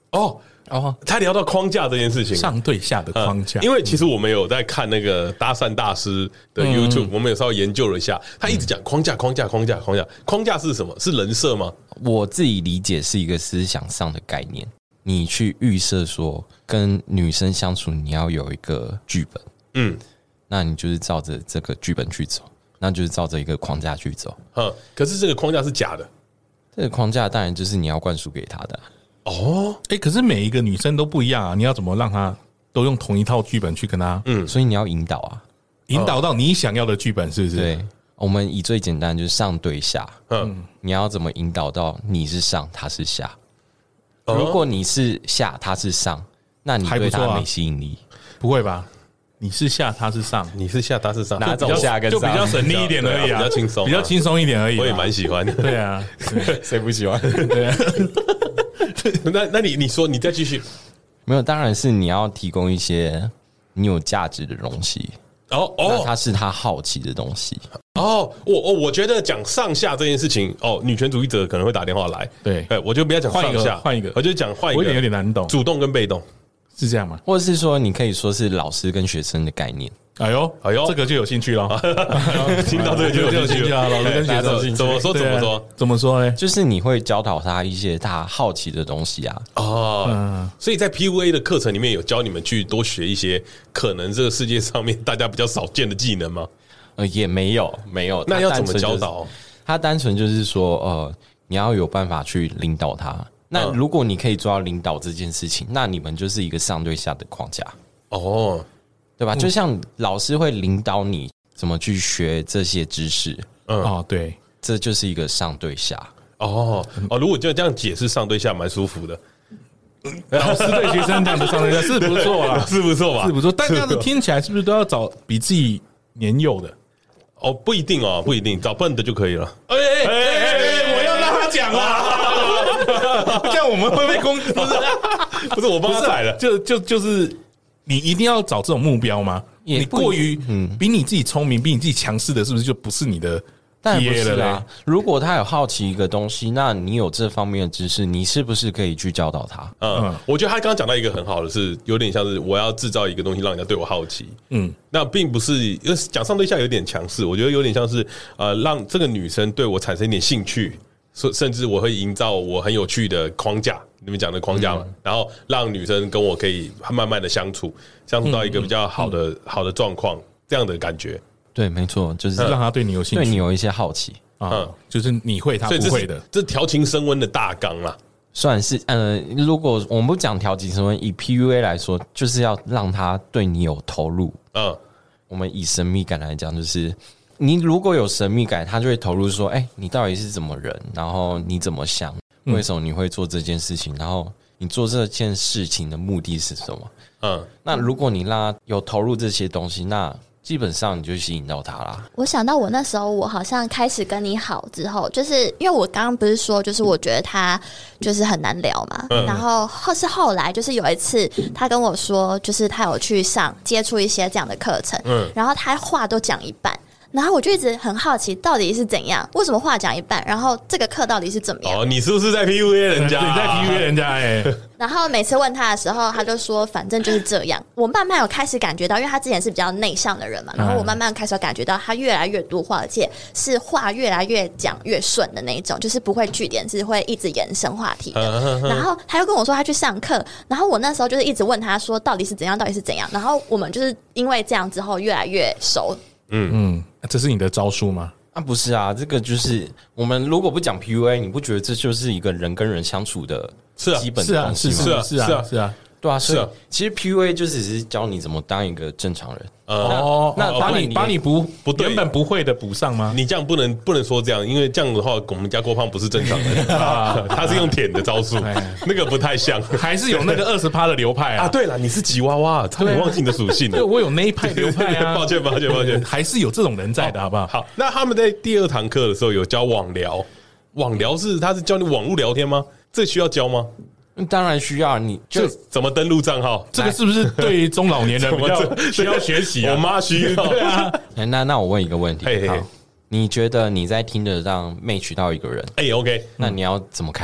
S2: 哦。哦，他聊到框架这件事情，
S6: 上对下的框架、
S2: 嗯。因为其实我们有在看那个搭讪大师的 YouTube，、嗯、我们有稍微研究了一下，他一直讲框架、框架、框架、框架。框架是什么？是人设吗？
S4: 我自己理解是一个思想上的概念。你去预设说跟女生相处，你要有一个剧本，嗯，那你就是照着这个剧本去走，那就是照着一个框架去走。
S2: 嗯，可是这个框架是假的，
S4: 这个框架当然就是你要灌输给他的。
S6: 哦，哎、欸，可是每一个女生都不一样啊！你要怎么让她都用同一套剧本去跟她？
S4: 嗯，所以你要引导啊，
S6: 引导到你想要的剧本，是不是？
S4: 对，我们以最简单就是上对下。嗯，你要怎么引导到你是上，他是下？哦、如果你是下，他是上，那你对他没吸引力？
S6: 不会吧？你是下，他是上，
S2: 你是下，他是上，
S4: 哪种下跟上
S6: 就比较省力一点而已啊，
S2: 比较轻松，
S6: 比较轻松一点而已。
S2: 我也蛮喜欢的。
S6: 对啊，
S4: 谁不喜欢？
S6: 对啊。
S2: 那那你你说你再继续，
S4: 没有，当然是你要提供一些你有价值的东西。
S2: 哦哦，
S4: 它是他好奇的东西。
S2: 哦，我我我觉得讲上下这件事情，哦，女权主义者可能会打电话来。
S6: 对，
S2: 哎，我就不要讲上下，
S6: 换一个，
S2: 我就讲换一个，
S6: 我有点有点难懂，
S2: 主动跟被动
S6: 是这样吗？
S4: 或者是说，你可以说是老师跟学生的概念。
S6: 哎呦，哎呦，这个就有兴趣了。
S2: 听到这个就有兴趣了。
S6: 老师跟学生
S2: 怎么说？怎么说？
S6: 怎么说呢？
S4: 就是你会教导他一些他好奇的东西啊。
S2: 哦，嗯，所以在 P U A 的课程里面有教你们去多学一些可能这个世界上面大家比较少见的技能吗？
S4: 呃，也没有，没有。
S2: 那要怎么教导？
S4: 他单纯就是说，呃，你要有办法去领导他。那如果你可以做到领导这件事情，那你们就是一个上对下的框架。
S2: 哦。
S4: 对吧？就像老师会领导你怎么去学这些知识，
S6: 嗯，哦，对，
S4: 这就是一个上对下。
S2: 哦哦，如果就这样解释上对下，蛮舒服的。
S6: 老师对学生这样的上对下是不错啦，
S2: 是不错吧？
S6: 是不错。但这样子听起来是不是都要找比自己年幼的？
S2: 哦，不一定哦，不一定，找笨的就可以了。
S6: 哎哎哎，我要让他讲啊，这样我们会被攻击。不是，
S2: 不是我帮他踩了，
S6: 就就就是。你一定要找这种目标吗？你过于比你自己聪明、比你自己强势的，是不是就不是你的 T A 了啦？
S4: 如果他有好奇一个东西，那你有这方面的知识，你是不是可以去教导他？
S2: 嗯，我觉得他刚刚讲到一个很好的是，有点像是我要制造一个东西让人家对我好奇。嗯，那并不是因为讲上对下有点强势，我觉得有点像是呃，让这个女生对我产生一点兴趣。甚至我会营造我很有趣的框架，你们讲的框架嘛，嗯、然后让女生跟我可以慢慢的相处，相处到一个比较好的、嗯、好的状况，这样的感觉。
S4: 对，没错，就是
S6: 让他对你有兴趣，
S4: 对你有一些好奇
S6: 啊，嗯、就是你会他不会的，
S2: 这调情升温的大纲啦。
S4: 算是呃，如果我们不讲调情升温，以 P U A 来说，就是要让他对你有投入。嗯，我们以神秘感来讲，就是你如果有神秘感，他就会投入说，哎、欸，你到底是怎么人，然后你怎么想，为什么你会做这件事情，然后你做这件事情的目的是什么？嗯，那如果你让他有投入这些东西，那基本上你就吸引到他啦。
S5: 我想到我那时候，我好像开始跟你好之后，就是因为我刚刚不是说，就是我觉得他就是很难聊嘛，嗯、然后后是后来就是有一次他跟我说，就是他有去上接触一些这样的课程，嗯，然后他话都讲一半。然后我就一直很好奇，到底是怎样？为什么话讲一半？然后这个课到底是怎么样？
S2: 哦，你是不是在 P U A 人家？
S6: 你在 P U A 人家哎、欸。
S5: 然后每次问他的时候，他就说反正就是这样。我慢慢有开始感觉到，因为他之前是比较内向的人嘛，然后我慢慢开始感觉到他越来越多话，而且是话越来越讲越顺的那一种，就是不会句点，是会一直延伸话题的。然后他又跟我说他去上课，然后我那时候就是一直问他说到底是怎样，到底是怎样。然后我们就是因为这样之后越来越熟。
S6: 嗯嗯，这是你的招数吗？
S4: 啊，不是啊，这个就是我们如果不讲 P U A， 你不觉得这就是一个人跟人相处的基本的东西吗？
S6: 是啊，是啊，是啊，是啊，
S4: 对啊，是啊。其实 P U A 就只是教你怎么当一个正常人。
S6: 哦，那把你把你不不原本不会的补上吗？
S2: 你这样不能不能说这样，因为这样的话，我们家郭胖不是正常人，他是用舔的招数，那个不太像，
S6: 还是有那个二十趴的流派啊。
S2: 啊，对了，你是吉娃娃，差点忘记你的属性了。
S6: 对，我有那一派流派啊。
S2: 抱歉，抱歉，抱歉，
S6: 还是有这种人在的，好不好？
S2: 好，那他们在第二堂课的时候有教网聊，网聊是他是教你网络聊天吗？这需要教吗？
S4: 当然需要，你就
S2: 怎么登录账号？
S6: 这个是不是对于中老年人比较需要学习啊？
S2: 我妈需要。对啊。
S4: 那那我问一个问题，嘿嘿好，你觉得你在听得上 match 到一个人？
S2: 哎、欸、，OK，
S4: 那你要怎么开头？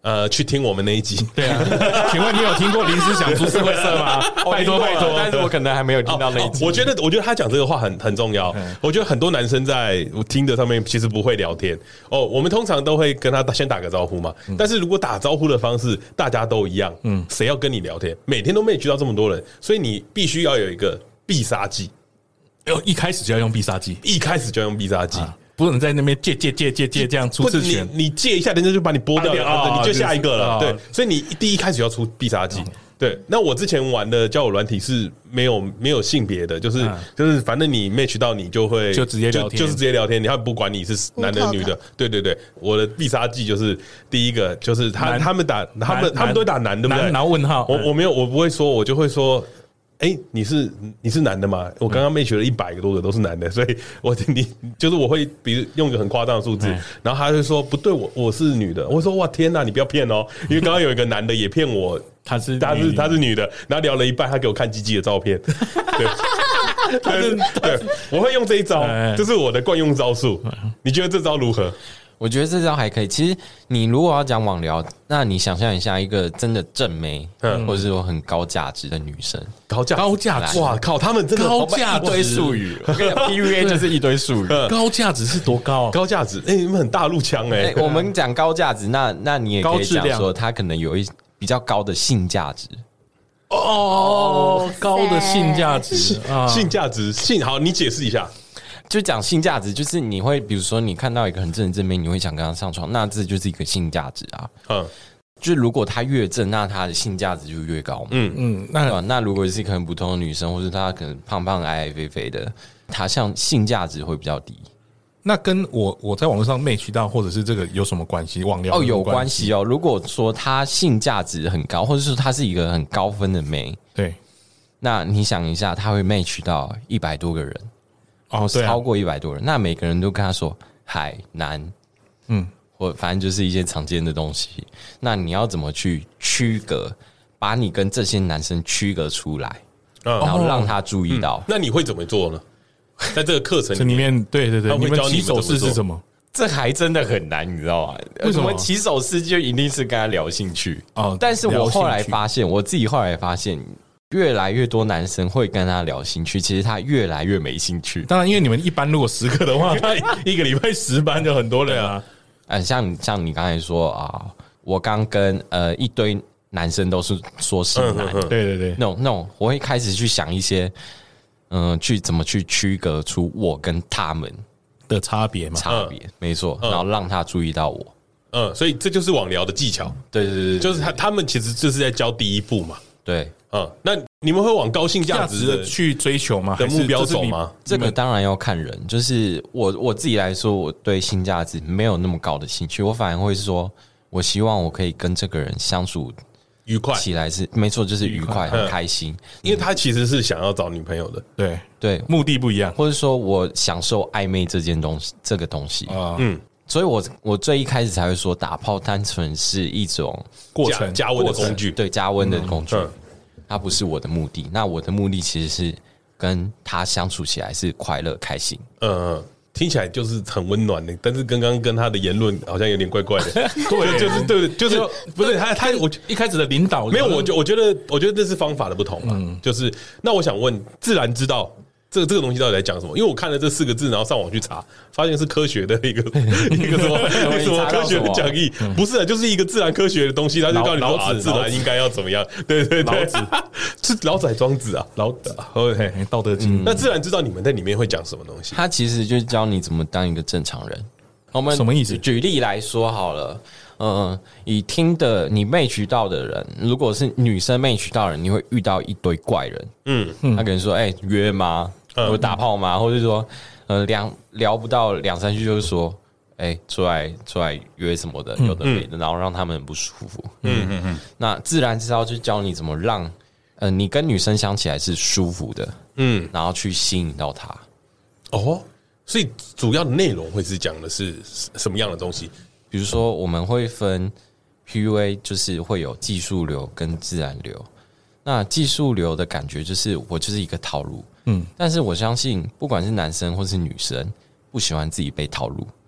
S2: 呃，去听我们那一集。
S6: 对啊，请问你有听过临时想出社会色吗？拜托拜托，
S4: 但是我可能还没有听到那一集。
S2: 哦哦、我觉得，我觉得他讲这个话很很重要。嗯、我觉得很多男生在听的上面其实不会聊天哦。我们通常都会跟他先打个招呼嘛。嗯、但是如果打招呼的方式大家都一样，嗯，谁要跟你聊天？每天都没遇到这么多人，所以你必须要有一个必杀技。
S6: 一开始就要用必杀技，
S2: 一开始就要用必杀技。啊
S6: 不能在那边借借借借借这样出次拳，
S2: 你你借一下，人家就把你剥掉了，你就下一个了。对，所以你第一开始要出必杀技。对，那我之前玩的交友软体是没有没有性别的，就是就是反正你 match 到你就会
S6: 就直接聊天，
S2: 就是直接聊天，你还不管你是男的女的。对对对，我的必杀技就是第一个就是他他们打他们他们都打男，对不对？
S6: 然后问号，
S2: 我我没有我不会说，我就会说。哎、欸，你是你是男的吗？我刚刚妹学了一百个多个都是男的，所以我你就是我会比如用一个很夸张的数字，然后他就说不对，我我是女的。我说哇天哪，你不要骗哦，因为刚刚有一个男的也骗我，
S6: 他是
S2: 他是他是女的，然后聊了一半，他给我看鸡鸡的照片，对对对，我会用这一招，这是我的惯用招数。你觉得这招如何？
S4: 我觉得这招还可以。其实你如果要讲网聊，那你想象一下一个真的正妹，嗯、或者是说很高价值的女生，
S2: 高价
S6: 高价值，
S2: 哇靠，他们真的
S6: 高价值，
S4: 一堆术语。我跟你讲 ，P U A 就是一堆术语。
S6: 高价值是多高？
S2: 高价值，哎、欸，你们很大陆腔哎。
S4: 我们讲高价值，那那你也可以讲说，它可能有一比较高的性价值。
S6: 哦，高的性价值，
S2: 性价值，性好，你解释一下。
S4: 就讲性价值，就是你会比如说你看到一个很正的正妹，你会想跟他上床，那这就是一个性价值啊。嗯，就是如果她越正，那她的性价值就越高嘛。嗯嗯，那那如果是可能普通的女生，或者她可能胖胖矮矮肥肥的，她像性价值会比较低。
S6: 那跟我我在网络上match到或者是这个有什么关系？网聊
S4: 哦，有关系哦。如果说她性价值很高，或者说她是一个很高分的妹，
S6: 对，
S4: 那你想一下，她会match到一百多个人。
S6: 哦，对、啊，
S4: 超过一百多人，那每个人都跟他说海南，嗯，或反正就是一些常见的东西。那你要怎么去区隔，把你跟这些男生区隔出来，嗯、然后让他注意到、
S2: 嗯？那你会怎么做呢？在这个课程
S6: 里面，对对对，你们起手式是什么？
S4: 这还真的很难，你知道吗？为什么起手式就一定是跟他聊兴趣？哦，但是我后来发现，我自己后来发现。越来越多男生会跟他聊兴趣，其实他越来越没兴趣。
S6: 当然，因为你们一班如果十个的话，他一个礼拜十班就很多人啊。
S4: 嗯，像像你刚才说啊，我刚跟呃一堆男生都是说是男，嗯、
S6: 对对对，
S4: 那种那种，我会开始去想一些，嗯、呃，去怎么去区隔出我跟他们
S6: 的差别嘛？
S4: 差别，嗯、没错，然后让他注意到我。
S2: 嗯，所以这就是网聊的技巧。
S4: 对对 对, 對，
S2: 就是他他们其实就是在教第一步嘛。
S4: 对，
S2: 嗯，那你们会往高性价值的
S6: 去追求吗？
S2: 的目标走吗？
S4: 这个当然要看人。就是我我自己来说，我对性价值没有那么高的兴趣，我反而会说，我希望我可以跟这个人相处
S2: 愉快
S4: 起来是没错，就是愉快、很开心。
S2: 因为他其实是想要找女朋友的，
S6: 对
S4: 对，
S6: 目的不一样，
S4: 或者说我享受暧昧这件东西，这个东西啊，嗯。所以我，我我最一开始才会说，打炮单纯是一种
S6: 过程
S2: 加温的工具，
S4: 对，加温的工具，嗯、它不是我的目的。那我的目的其实是跟他相处起来是快乐开心。
S2: 嗯，听起来就是很温暖的，但是刚刚跟他的言论好像有点怪怪的。对，就是对，就是不是他他我
S6: 一开始的领导
S2: 没有，我就我觉得我觉得这是方法的不同嘛。嗯、就是那我想问，自然知道。这个这个东西到底在讲什么？因为我看了这四个字，然后上网去查，发现是科学的一个一个什么什么科学的讲义，不是，就是一个自然科学的东西，他就告诉你说啊，自然应该要怎么样？对对对，老子是老子还庄子啊，
S6: 老子，OK， 道德经。
S2: 那自然知道你们在里面会讲什么东西？
S4: 他其实就是教你怎么当一个正常人。我们
S6: 什么意思？
S4: 举例来说好了。嗯，以听的你match到的人，如果是女生match到的人，你会遇到一堆怪人。嗯，他可能说：“哎、欸，约吗？我打炮吗？”或者说，呃，两聊不到两三句，就是说：“哎、欸，出来出来约什么的，有的没的。”然后让他们很不舒服。嗯嗯嗯。那自然知道就教你怎么让呃你跟女生相起来是舒服的。嗯，然后去吸引到她。
S2: 哦，所以主要的内容会是讲的是什么样的东西？
S4: 比如说，我们会分 P U A， 就是会有技术流跟自然流。那技术流的感觉就是我就是一个套路，嗯，但是我相信不管是男生或是女生，不喜欢自己被套路，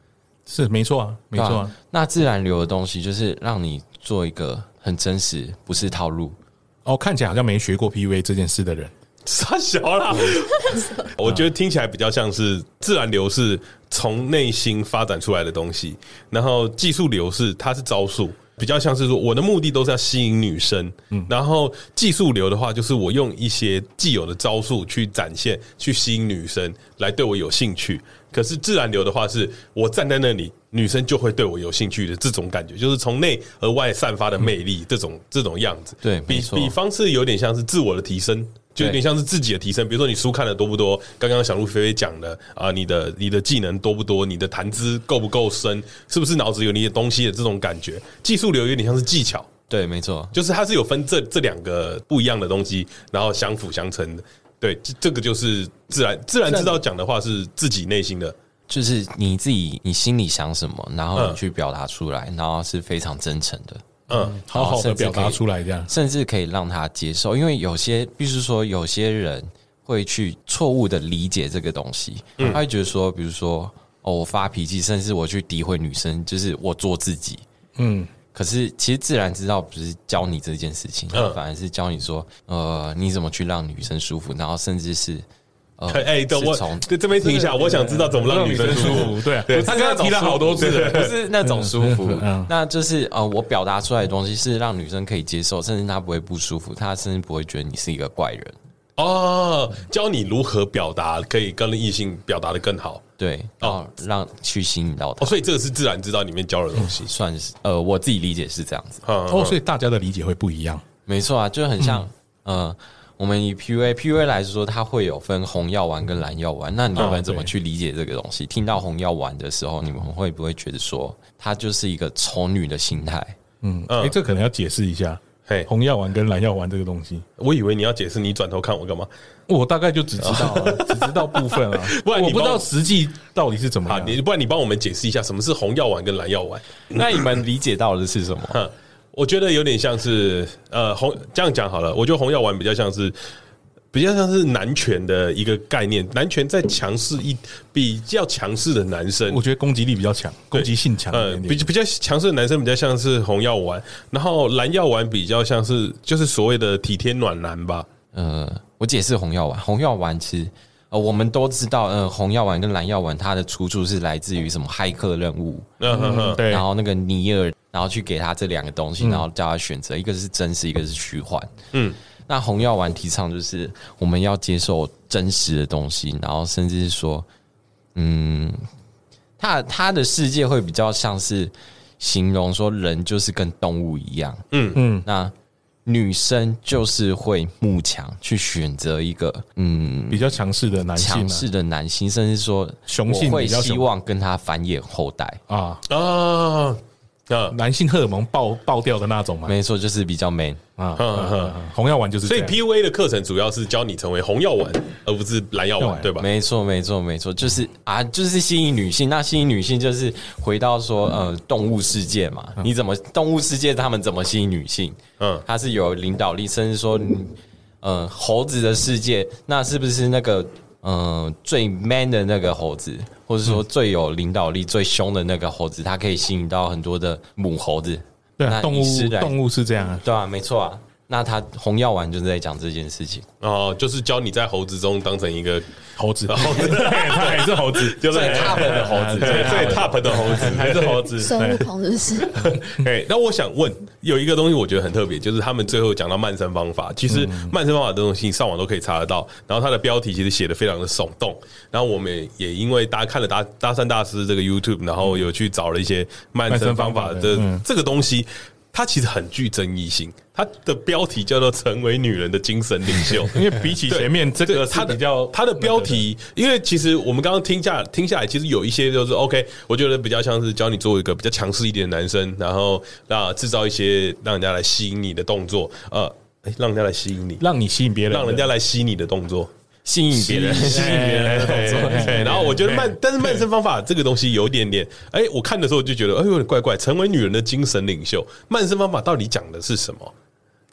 S6: 是没错啊，没错啊。
S4: 那自然流的东西就是让你做一个很真实，不是套路。
S6: 哦，看起来好像没学过 P U A 这件事的人。
S2: 傻小啦，我觉得听起来比较像是自然流是从内心发展出来的东西，然后技术流是它是招数，比较像是说我的目的都是要吸引女生，嗯，然后技术流的话就是我用一些既有的招数去展现，去吸引女生来对我有兴趣。可是自然流的话是我站在那里，女生就会对我有兴趣的这种感觉，就是从内而外散发的魅力，这种这种样子。
S4: 对，
S2: 比比方是有点像是自我的提升。就有点像是自己的提升，比如说你书看的多不多，刚刚小鹿菲菲讲的啊，你的你的技能多不多，你的谈资够不够深，是不是脑子有你的东西的这种感觉。技术流有点像是技巧，
S4: 对，没错，
S2: 就是它是有分这这两个不一样的东西，然后相辅相成的。对，这个就是自然自然知道讲的话是自己内心的，
S4: 就是你自己你心里想什么，然后你去表达出来，然后是非常真诚的。嗯，
S6: 好好的表达出来，这样
S4: 甚至可以让他接受，因为有些，必须说有些人会去错误的理解这个东西，嗯、他会觉得说，比如说哦，我发脾气，甚至我去诋毁女生，就是我做自己，嗯。可是其实自然知道不是教你这件事情，嗯、反而是教你说，呃，你怎么去让女生舒服，然后甚至是。
S2: 哎、欸，等我这边停一下，我想知道怎么让女生舒服。
S6: 对啊，对，
S4: 他刚刚提了好多次了，不是那种舒服，那就是呃，我表达出来的东西是让女生可以接受，甚至她不会不舒服，她甚至不会觉得你是一个怪人。
S2: 哦，教你如何表达，可以跟异性表达的更好。
S4: 对，哦，让去吸引到他。
S2: 哦，所以这个是自然知道里面教的东西，
S4: 算是呃，我自己理解是这样子。
S6: 哦，所以大家的理解会不一样。
S4: 没错啊，就很像、嗯、呃。我们以 P U A P U A 来说，它会有分红药丸跟蓝药丸。那你们怎么去理解这个东西？听到红药丸的时候，你们会不会觉得说，它就是一个丑女的心态？
S6: 嗯，哎、欸，这可能要解释一下。嘿，红药丸跟蓝药丸这个东西，
S2: 我以为你要解释，你转头看我干嘛？
S6: 我大概就只知道了，只知道部分啊，不然我不知道实际到底是怎么样。
S2: 你不然你帮我们解释一下，什么是红药丸跟蓝药丸？
S4: 那你们理解到的是什么？
S2: 我觉得有点像是呃红这样讲好了，我觉得红药丸比较像是。比较像是男权的一个概念，男权在强势一比较强势的男生，
S6: 我觉得攻击力比较强，攻击性强，呃，
S2: 比比较强势的男生比较像是红药丸，然后蓝药丸比较像是就是所谓的体贴暖男吧。
S4: 呃，我解释红药丸，红药丸其实呃我们都知道，呃，红药丸跟蓝药丸它的出处是来自于什么骇客任务，嗯嗯嗯，对，然后那个尼尔，然后去给他这两个东西，然后叫他选择，一个是真实，一个是虚幻，嗯。那红药丸提倡就是我们要接受真实的东西，然后甚至是说，嗯，他他的世界会比较像是形容说人就是跟动物一样，嗯嗯，那女生就是会慕强去选择一个嗯
S6: 比较强势的男性、啊，
S4: 强势的男性，甚至说
S6: 雄性
S4: 会希望跟他繁衍后代啊
S6: 啊。男性荷尔蒙爆爆掉的那种嘛，
S4: 没错，就是比较 man 啊。
S6: 红药丸就是这样，
S2: 所以 P U A 的课程主要是教你成为红药丸，而不是蓝药丸，对吧？
S4: 没错，没错，没错，就是啊，就是吸引女性。那吸引女性就是回到说，呃，动物世界嘛，你怎么动物世界他们怎么吸引女性？嗯，它是有领导力，甚至说，呃，猴子的世界，那是不是那个？嗯，最 man 的那个猴子，或者说最有领导力、最凶的那个猴子，它可以吸引到很多的母猴子。
S6: 对啊，动物动物是这样啊，
S4: 对啊，没错啊。那他红药丸就是在讲这件事情
S2: 哦，就是教你在猴子中当成一个
S6: 猴子，猴子，他还是猴子，
S2: 就是
S4: 最 top 的猴子，
S2: 最最 top 的猴子
S6: 还是猴子，
S5: 孙悟空是不是？
S2: 哎，那我想问，有一个东西我觉得很特别，就是他们最后讲到慢生方法，其实慢生方法的东西上网都可以查得到，然后它的标题其实写的非常的耸动，然后我们也因为大家看了搭搭讪大师这个 YouTube， 然后有去找了一些慢生方法的这个东西。它其实很具争议性，它的标题叫做“成为女人的精神领袖”，
S6: 因为比起前面这个是比较
S2: 它的标题，因为其实我们刚刚听下听下来，其实有一些就是 OK， 我觉得比较像是教你做一个比较强势一点的男生，然后啊制造一些让人家来吸引你的动作，呃，让人家来吸引你，
S6: 让你吸引别人，
S2: 让人家来吸你的动作。
S4: 吸引别人，
S6: 吸引别人的动作。
S2: 然后我觉得慢，但是慢生方法这个东西有一点点，哎，我看的时候就觉得，哎，有点怪怪。成为女人的精神领袖，慢生方法到底讲的是什么？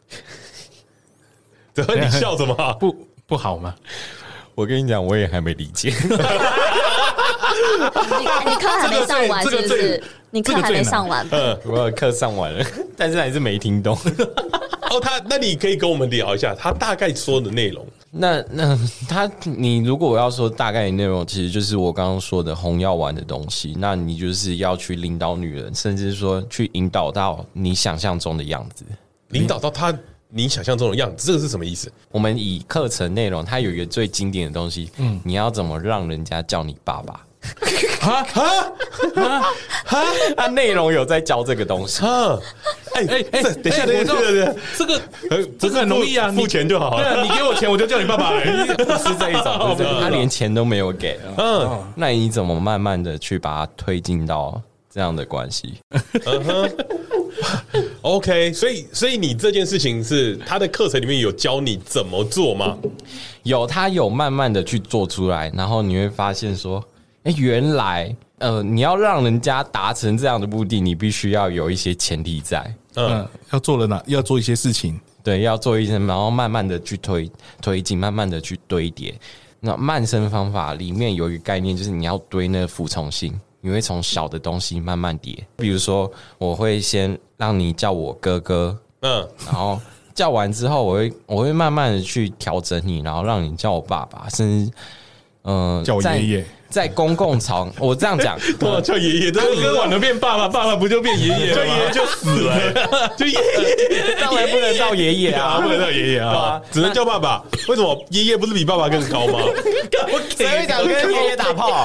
S2: 怎么你笑什么？
S6: 不不好吗？
S4: 我跟你讲，我也还没理解。
S5: 你课还没上完是不是？你课还没上完，
S4: 嗯，我的课上完了，但是还是没听懂。
S2: 哦，他那你可以跟我们聊一下他大概说的内容。
S4: 那那他，你如果我要说大概的内容，其实就是我刚刚说的红药丸的东西。那你就是要去领导女人，甚至说去引导到你想象中的样子，
S2: 领导到他你想象中的样子，这个是什么意思？
S4: 我们以课程内容，它有一个最经典的东西，嗯，你要怎么让人家叫你爸爸？哈哈哈哈！他内容有在教这个东西。
S2: 哎哎哎，等一下，等一下，等一下，这个
S6: 这个很容易啊，
S2: 付钱就好了。
S6: 对啊，你给我钱，我就叫你爸爸。
S4: 不是这一种，不是他连钱都没有给。嗯，那你怎么慢慢的去把它推进到这样的关系？
S2: 嗯哼 OK， 所以所以你这件事情是他的课程里面有教你怎么做吗？
S4: 有，他有慢慢的去做出来，然后你会发现说，哎，原来呃，你要让人家达成这样的目的，你必须要有一些前提在，
S6: 嗯，要做了哪，要做一些事情，
S4: 对，要做一些，然后慢慢的去推推进，慢慢的去堆叠。那慢生方法里面有一个概念，就是你要堆那个服从性。你会从小的东西慢慢叠，比如说，我会先让你叫我哥哥，嗯，然后叫完之后，我会我会慢慢的去调整你，然后让你叫我爸爸，甚至，嗯、呃，
S6: 叫我爷爷。
S4: 在公共场，我这样讲，
S2: 我叫爷爷，
S6: 哥哥晚了变爸爸，爸爸不就变爷爷？
S2: 就爷爷就死了，就爷爷，
S4: 当然不能叫爷爷啊，
S2: 不能叫爷爷啊，只能叫爸爸。为什么爷爷不是比爸爸更高吗？
S4: 谁会想跟爷爷打炮？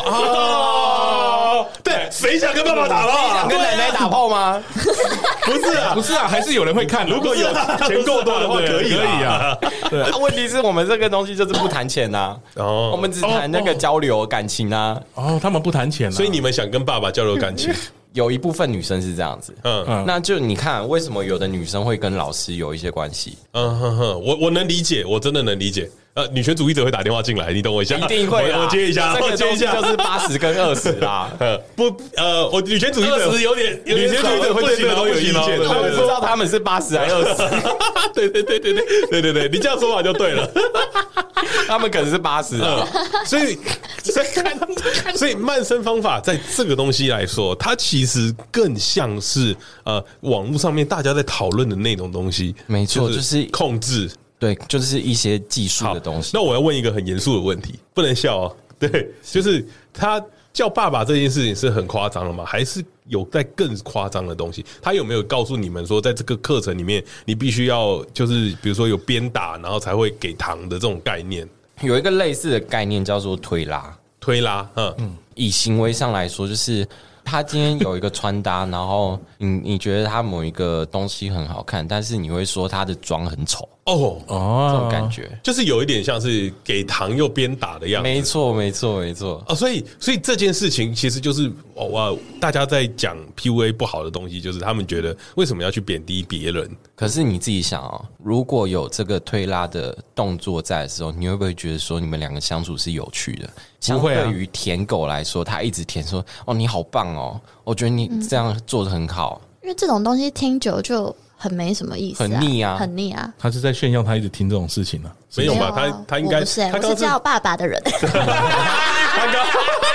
S2: 哦，对，谁想跟爸爸打炮？
S4: 想跟奶奶打炮吗？
S2: 不是啊，
S6: 不是啊，还是有人会看。
S2: 如果有钱够多的话，可以，可以啊。
S4: 对，问题是我们这个东西就是不谈钱呐，哦，我们只谈那个交流。感情啊，
S6: 哦，他们不谈钱，
S2: 所以你们想跟爸爸交流感情？
S4: 有一部分女生是这样子，嗯，那就你看，为什么有的女生会跟老师有一些关系？
S2: 嗯哼哼，我我能理解，我真的能理解。呃，女权主义者会打电话进来，你等我一下，
S4: 一定会，
S2: 我接一下，
S4: 这个接一下就是八十跟二十啦。
S2: 呃，不，呃，我女权主义者
S6: 有点，
S2: 女权主义者会对这个都有意见，
S4: 他们不知道他们是八十还是二十。
S2: 对对对对对对对对，你这样说法就对了。
S4: 他们可能是八十啊，
S2: 所以所以所以慢生方法在这个东西来说，它其实更像是呃网络上面大家在讨论的那种东西。
S4: 没错，就是
S2: 控制。
S4: 对，就是一些技术的东西。
S2: 那我要问一个很严肃的问题，不能笑哦。对，就是他叫爸爸这件事情是很夸张了吗？还是有在更夸张的东西？他有没有告诉你们说，在这个课程里面，你必须要就是比如说有鞭打，然后才会给糖的这种概念？
S4: 有一个类似的概念叫做推拉，
S2: 推拉，嗯嗯，
S4: 以行为上来说，就是他今天有一个穿搭，然后你你觉得他某一个东西很好看，但是你会说他的妆很丑。哦哦，这种感觉
S2: 就是有一点像是给糖又鞭打的样子。
S4: 没错，没错，没错。
S2: 啊，所以，所以这件事情其实就是我大家在讲 P U A 不好的东西，就是他们觉得为什么要去贬低别人？
S4: 可是你自己想哦，如果有这个推拉的动作在的时候，你会不会觉得说你们两个相处是有趣的？相对于舔狗来说，他一直舔说：“哦，你好棒哦，我觉得你这样做得很好。”
S5: 因为这种东西听久就。很没什么意思、啊，
S4: 很腻啊，
S5: 很腻啊！
S6: 他是在炫耀他一直听这种事情呢、啊，
S2: 没有吧？他他应该
S5: 不是、欸，我是叫爸爸的人。他刚，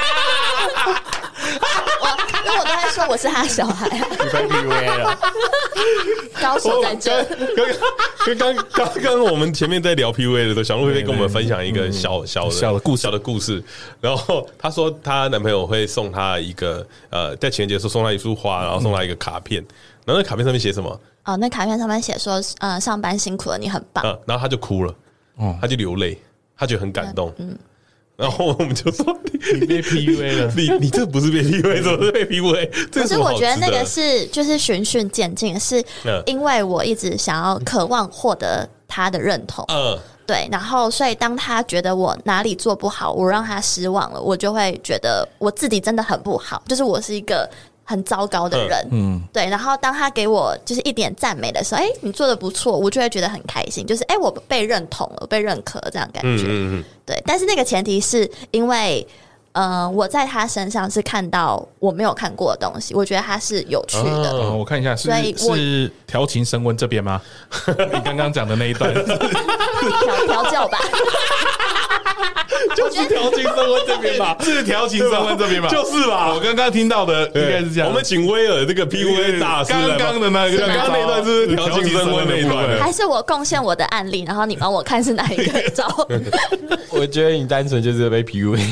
S5: 我因为我都在说我是他的小孩、啊，
S6: 你被 P U A 了，
S5: 高手在这。
S2: 刚刚刚刚刚我们前面在聊 P U A 的时候，小鹿会跟我们分享一个小小的
S6: 小的故事，
S2: 小的故事。然后她说，她男朋友会送她一个呃，在情人节的时候送她一束花，然后送她一个卡片。然后那卡片上面写什么？
S5: 哦，那卡片上面写说，呃，上班辛苦了，你很棒。
S2: 嗯，然后他就哭了，哦，他就流泪，他觉得很感动。嗯，然后我们就说
S6: 你你被 P U A 了，
S2: 你你这不是被 P U A， 怎么是被 P U A？ 可
S5: 是我觉得那个是就是循序渐进，是因为我一直想要渴望获得他的认同。嗯。对，然后所以当他觉得我哪里做不好，我让他失望了，我就会觉得我自己真的很不好，就是我是一个很糟糕的人。嗯，对。然后当他给我就是一点赞美的时候，哎，你做的不错，我就会觉得很开心，就是哎，我被认同了，被认可了这样感觉。嗯嗯嗯。对，但是那个前提是因为。呃，我在他身上是看到我没有看过的东西，我觉得他是有趣的。
S6: 哦、我看一下，是是调情升温这边吗？你刚刚讲的那一段，
S5: 调调教吧。
S2: 就是调情升温这边吧，
S6: 是调情升温这边吧，
S2: 就是吧。
S6: 我刚刚听到的应该是这样。
S2: 我们请威尔这个 P U A 大师，
S6: 刚刚的那个，
S2: 刚刚那段是调情升温那一段，
S5: 还是我贡献我的案例，然后你帮我看是哪一个招？
S4: 我觉得你单纯就是被 P U A。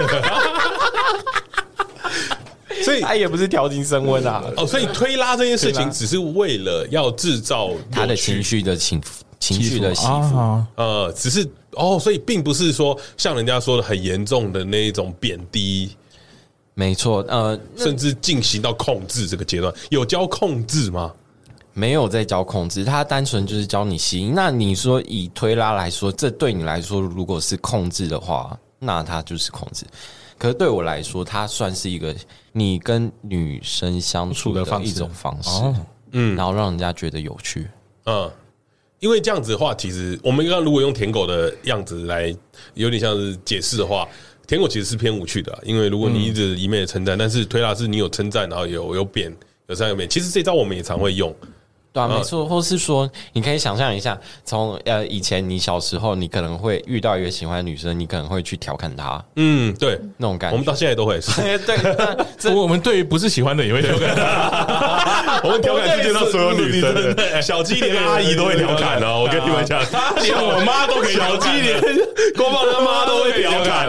S2: 所以
S4: 他也不是调情升温啊。
S2: 哦，所以推拉这件事情只是为了要制造
S4: 他的情绪的起伏，情绪的起伏。
S2: 呃，只是哦，所以并不是说像人家说的很严重的那一种贬低。
S4: 没错，呃，
S2: 甚至进行到控制这个阶段，有教控制吗？
S4: 没有在教控制，他单纯就是教你吸引。那你说以推拉来说，这对你来说如果是控制的话，那它就是控制。可是对我来说，它算是一个你跟女生相处的一种方式，嗯，然后让人家觉得有趣，
S2: 嗯，因为这样子的话，其实我们刚刚如果用舔狗的样子来，有点像是解释的话，舔狗其实是偏无趣的，因为如果你一直一昧的称赞，但是推拉是你有称赞，然后有有贬，有赞有贬，其实这招我们也常会用。
S4: 对啊，没错，或是说，你可以想象一下，从呃以前你小时候，你可能会遇到一个喜欢的女生，你可能会去调侃她，
S2: 嗯，对，
S4: 那种感觉，
S2: 我们到现在都会是，
S4: 对，
S6: 我们对不是喜欢的也会调侃她，
S2: 我们调侃世界上所有女生，小鸡连阿姨都会调侃哦，我跟你们讲，连我妈都可以调侃，小鸡连郭胖他妈都会调侃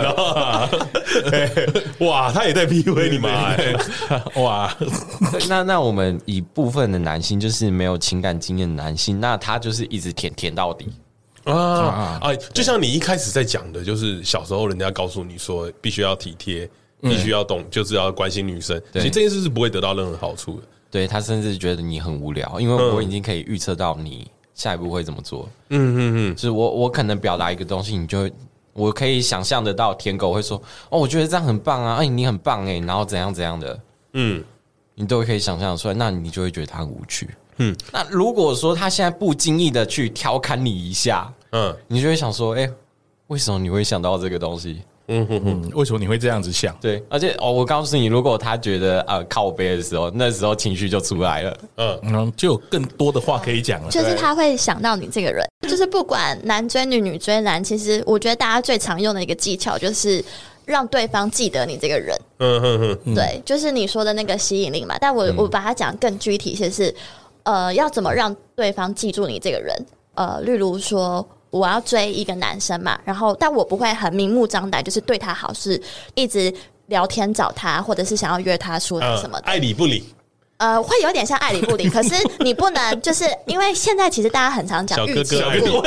S2: 哦，哇，他也在 P U A 你妈，
S6: 哇，
S4: 那那我们以部分的男性就是没有情感经验的男性，那他就是一直舔舔到底
S2: 啊啊！就像你一开始在讲的，就是小时候人家告诉你说必须要体贴，必须要懂，就是要关心女生。其实这件事是不会得到任何好处的。
S4: 对，他甚至觉得你很无聊，因为我已经可以预测到你下一步会怎么做。嗯嗯嗯，就是我我可能表达一个东西，你就会我可以想象得到舔狗会说哦，我觉得这样很棒啊，哎，你很棒哎，然后怎样怎样的，嗯。你都可以想象出来，那你就会觉得他很无趣。嗯，那如果说他现在不经意的去调侃你一下，嗯，你就会想说，哎、欸，为什么你会想到这个东西？
S6: 嗯哼哼，为什么你会这样子想？
S4: 对，而且哦，我告诉你，如果他觉得呃靠背的时候，那时候情绪就出来了，
S6: 嗯，嗯，就有更多的话可以讲了。
S5: 就是他会想到你这个人，就是不管男追女、女追男，其实我觉得大家最常用的一个技巧就是让对方记得你这个人。嗯哼哼，对，就是你说的那个吸引力嘛。但我、嗯、我把它讲更具体，就是呃，要怎么让对方记住你这个人？呃，例如说。我要追一个男生嘛，然后但我不会很明目张胆，就是对他好，是一直聊天找他，或者是想要约他出来什么的，
S2: 呃、爱理不理。
S5: 呃，会有点像爱理不理，可是你不能，就是因为现在其实大家很常讲欲擒故纵。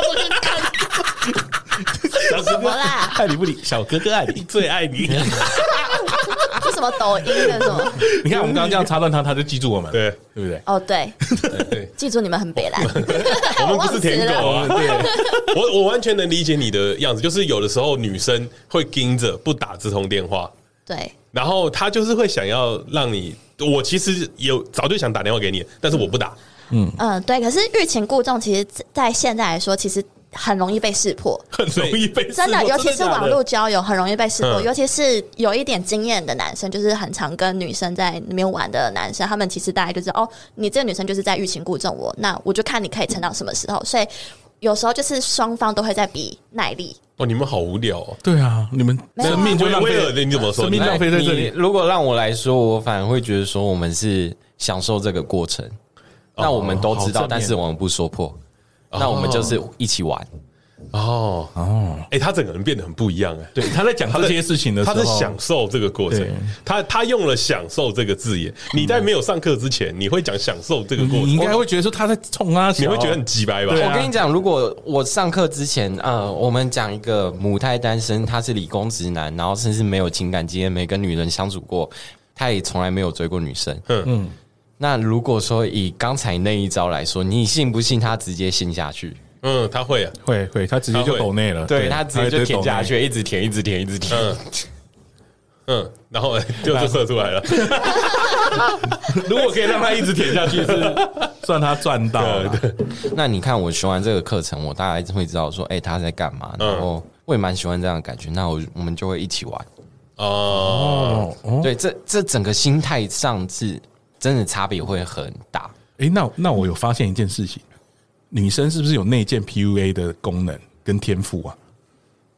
S5: 什么啦？
S6: 爱理不理，小哥哥爱你，最爱你。
S5: 是什么抖音的什么？
S6: 你看我们刚刚这样插断他，他就记住我们，对对不对？
S5: 哦，对，记住你们很北蓝。
S2: 我们不是舔狗啊。对，我我完全能理解你的样子，就是有的时候女生会盯着不打这通电话，
S5: 对，
S2: 然后她就是会想要让你，我其实有早就想打电话给你，但是我不打。
S5: 嗯嗯，对。可是欲擒故纵，其实在现在来说，其实。很容易被识破，
S2: 很容易被识破，
S5: 真的，尤其是网络交友很容易被识破，尤其是有一点经验的男生，就是很常跟女生在那边玩的男生，他们其实大概就是哦，你这个女生就是在欲擒故纵我，那我就看你可以撑到什么时候，所以有时候就是双方都会在比耐力。
S2: 哦，你们好无聊哦。
S6: 对啊，你们生命就浪费了，
S2: 你怎么说？
S6: 生命浪费在这里。
S4: 如果让我来说，我反而会觉得说，我们是享受这个过程，那我们都知道，但是我们不说破，那我们就是一起玩。
S2: 哦哦，哎、欸，他整个人变得很不一样哎、欸。
S6: 对，他在讲这些事情的时候，
S2: 他在享受这个过程。他他用了“享受”这个字眼。你在没有上课之前，你会讲享受这个过程，
S6: 你应该会觉得说他在冲啊，
S2: 你会觉得很鸡掰吧？
S4: 我跟你讲，如果我上课之前，呃，我们讲一个母胎单身，他是理工直男，然后甚至没有情感经验，没跟女人相处过，他也从来没有追过女生。嗯嗯。那如果说以刚才那一招来说，你信不信他直接信下去？
S2: 嗯，他会啊，
S6: 会会，他直接就抖内了，
S4: 对他直接就舔下去，一直舔，一直舔，一直舔，
S2: 嗯，嗯，然后就就射出来了。
S6: 如果可以让他一直舔下去，是算他赚到了。
S4: 那你看我学完这个课程，我大概会知道说，哎、欸，他在干嘛，然后我也蛮喜欢这样的感觉，那我我们就会一起玩。哦，对，这这整个心态上是真的差别会很大。
S6: 哎、欸，那那我有发现一件事情。女生是不是有内建 P U A 的功能跟天赋啊？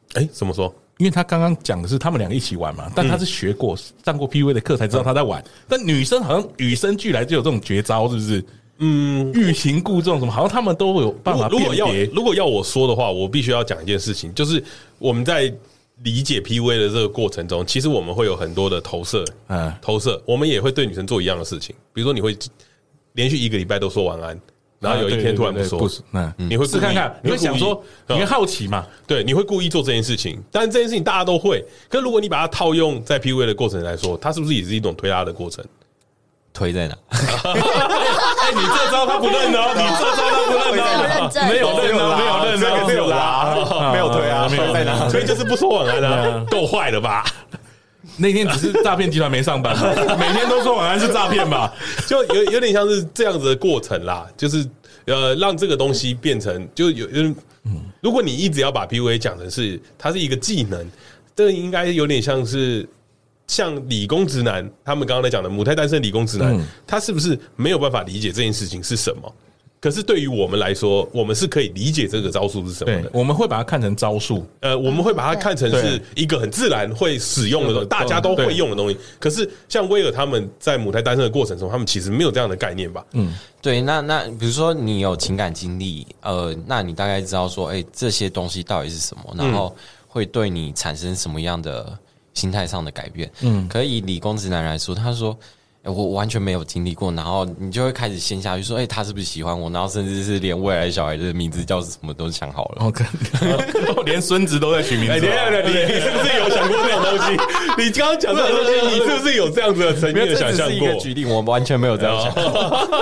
S2: 哎、欸，怎么说？
S6: 因为他刚刚讲的是他们两个一起玩嘛，但他是学过、嗯、上过 P U A 的课才知道他在玩。嗯、但女生好像与生俱来就有这种绝招，是不是？嗯，欲擒故纵什么，好像他们都有办法辨别。
S2: 如果要如果要我说的话，我必须要讲一件事情，就是我们在理解 P U A 的这个过程中，其实我们会有很多的投射，嗯，投射，我们也会对女生做一样的事情，比如说你会连续一个礼拜都说晚安。然后有一天突然不说，
S6: 嗯，你会试看看，你会想说，你会好奇嘛？
S2: 对，你会故意做这件事情，但是这件事情大家都会。可是如果你把它套用在 P U A 的过程来说，它是不是也是一种推拉的过程？
S4: 推在哪？
S2: 哎，你这招他不认哦，你这招他不认哦，
S6: 没有认哦，没有认，
S3: 这个没有拉，没有推啊，
S6: 没有在哪？
S2: 所以就是不说晚安啊，够坏了吧？
S6: 那天只是诈骗集团没上班，每天都说晚安是诈骗吧？
S2: 就有有点像是这样子的过程啦，就是呃，让这个东西变成就有有，如果你一直要把 P U A 讲成是它是一个技能，这个应该有点像是像理工直男他们刚刚在讲的母胎单身理工直男，嗯、他是不是没有办法理解这件事情是什么？可是对于我们来说，我们是可以理解这个招数是什么的。
S6: 我们会把它看成招数，
S2: 呃，我们会把它看成是一个很自然会使用的东西，大家都会用的东西。可是像威尔他们在母胎单身的过程中，他们其实没有这样的概念吧？
S4: 嗯，对。那那比如说你有情感经历，呃，那你大概知道说，哎、欸，这些东西到底是什么，然后会对你产生什么样的心态上的改变？嗯，可以以理工直男来说，他说。欸、我完全没有经历过，然后你就会开始陷下去说，哎、欸，他是不是喜欢我？然后甚至是连未来小孩的名字叫什么都想好了，
S6: okay. 连孙子都在取名字。哎、
S2: 欸，你你是不是有想过这种东西？你刚刚讲这种东西，你是不是有这样子的层面的想象过？
S4: 这只是一个举例，我完全没有这样想过。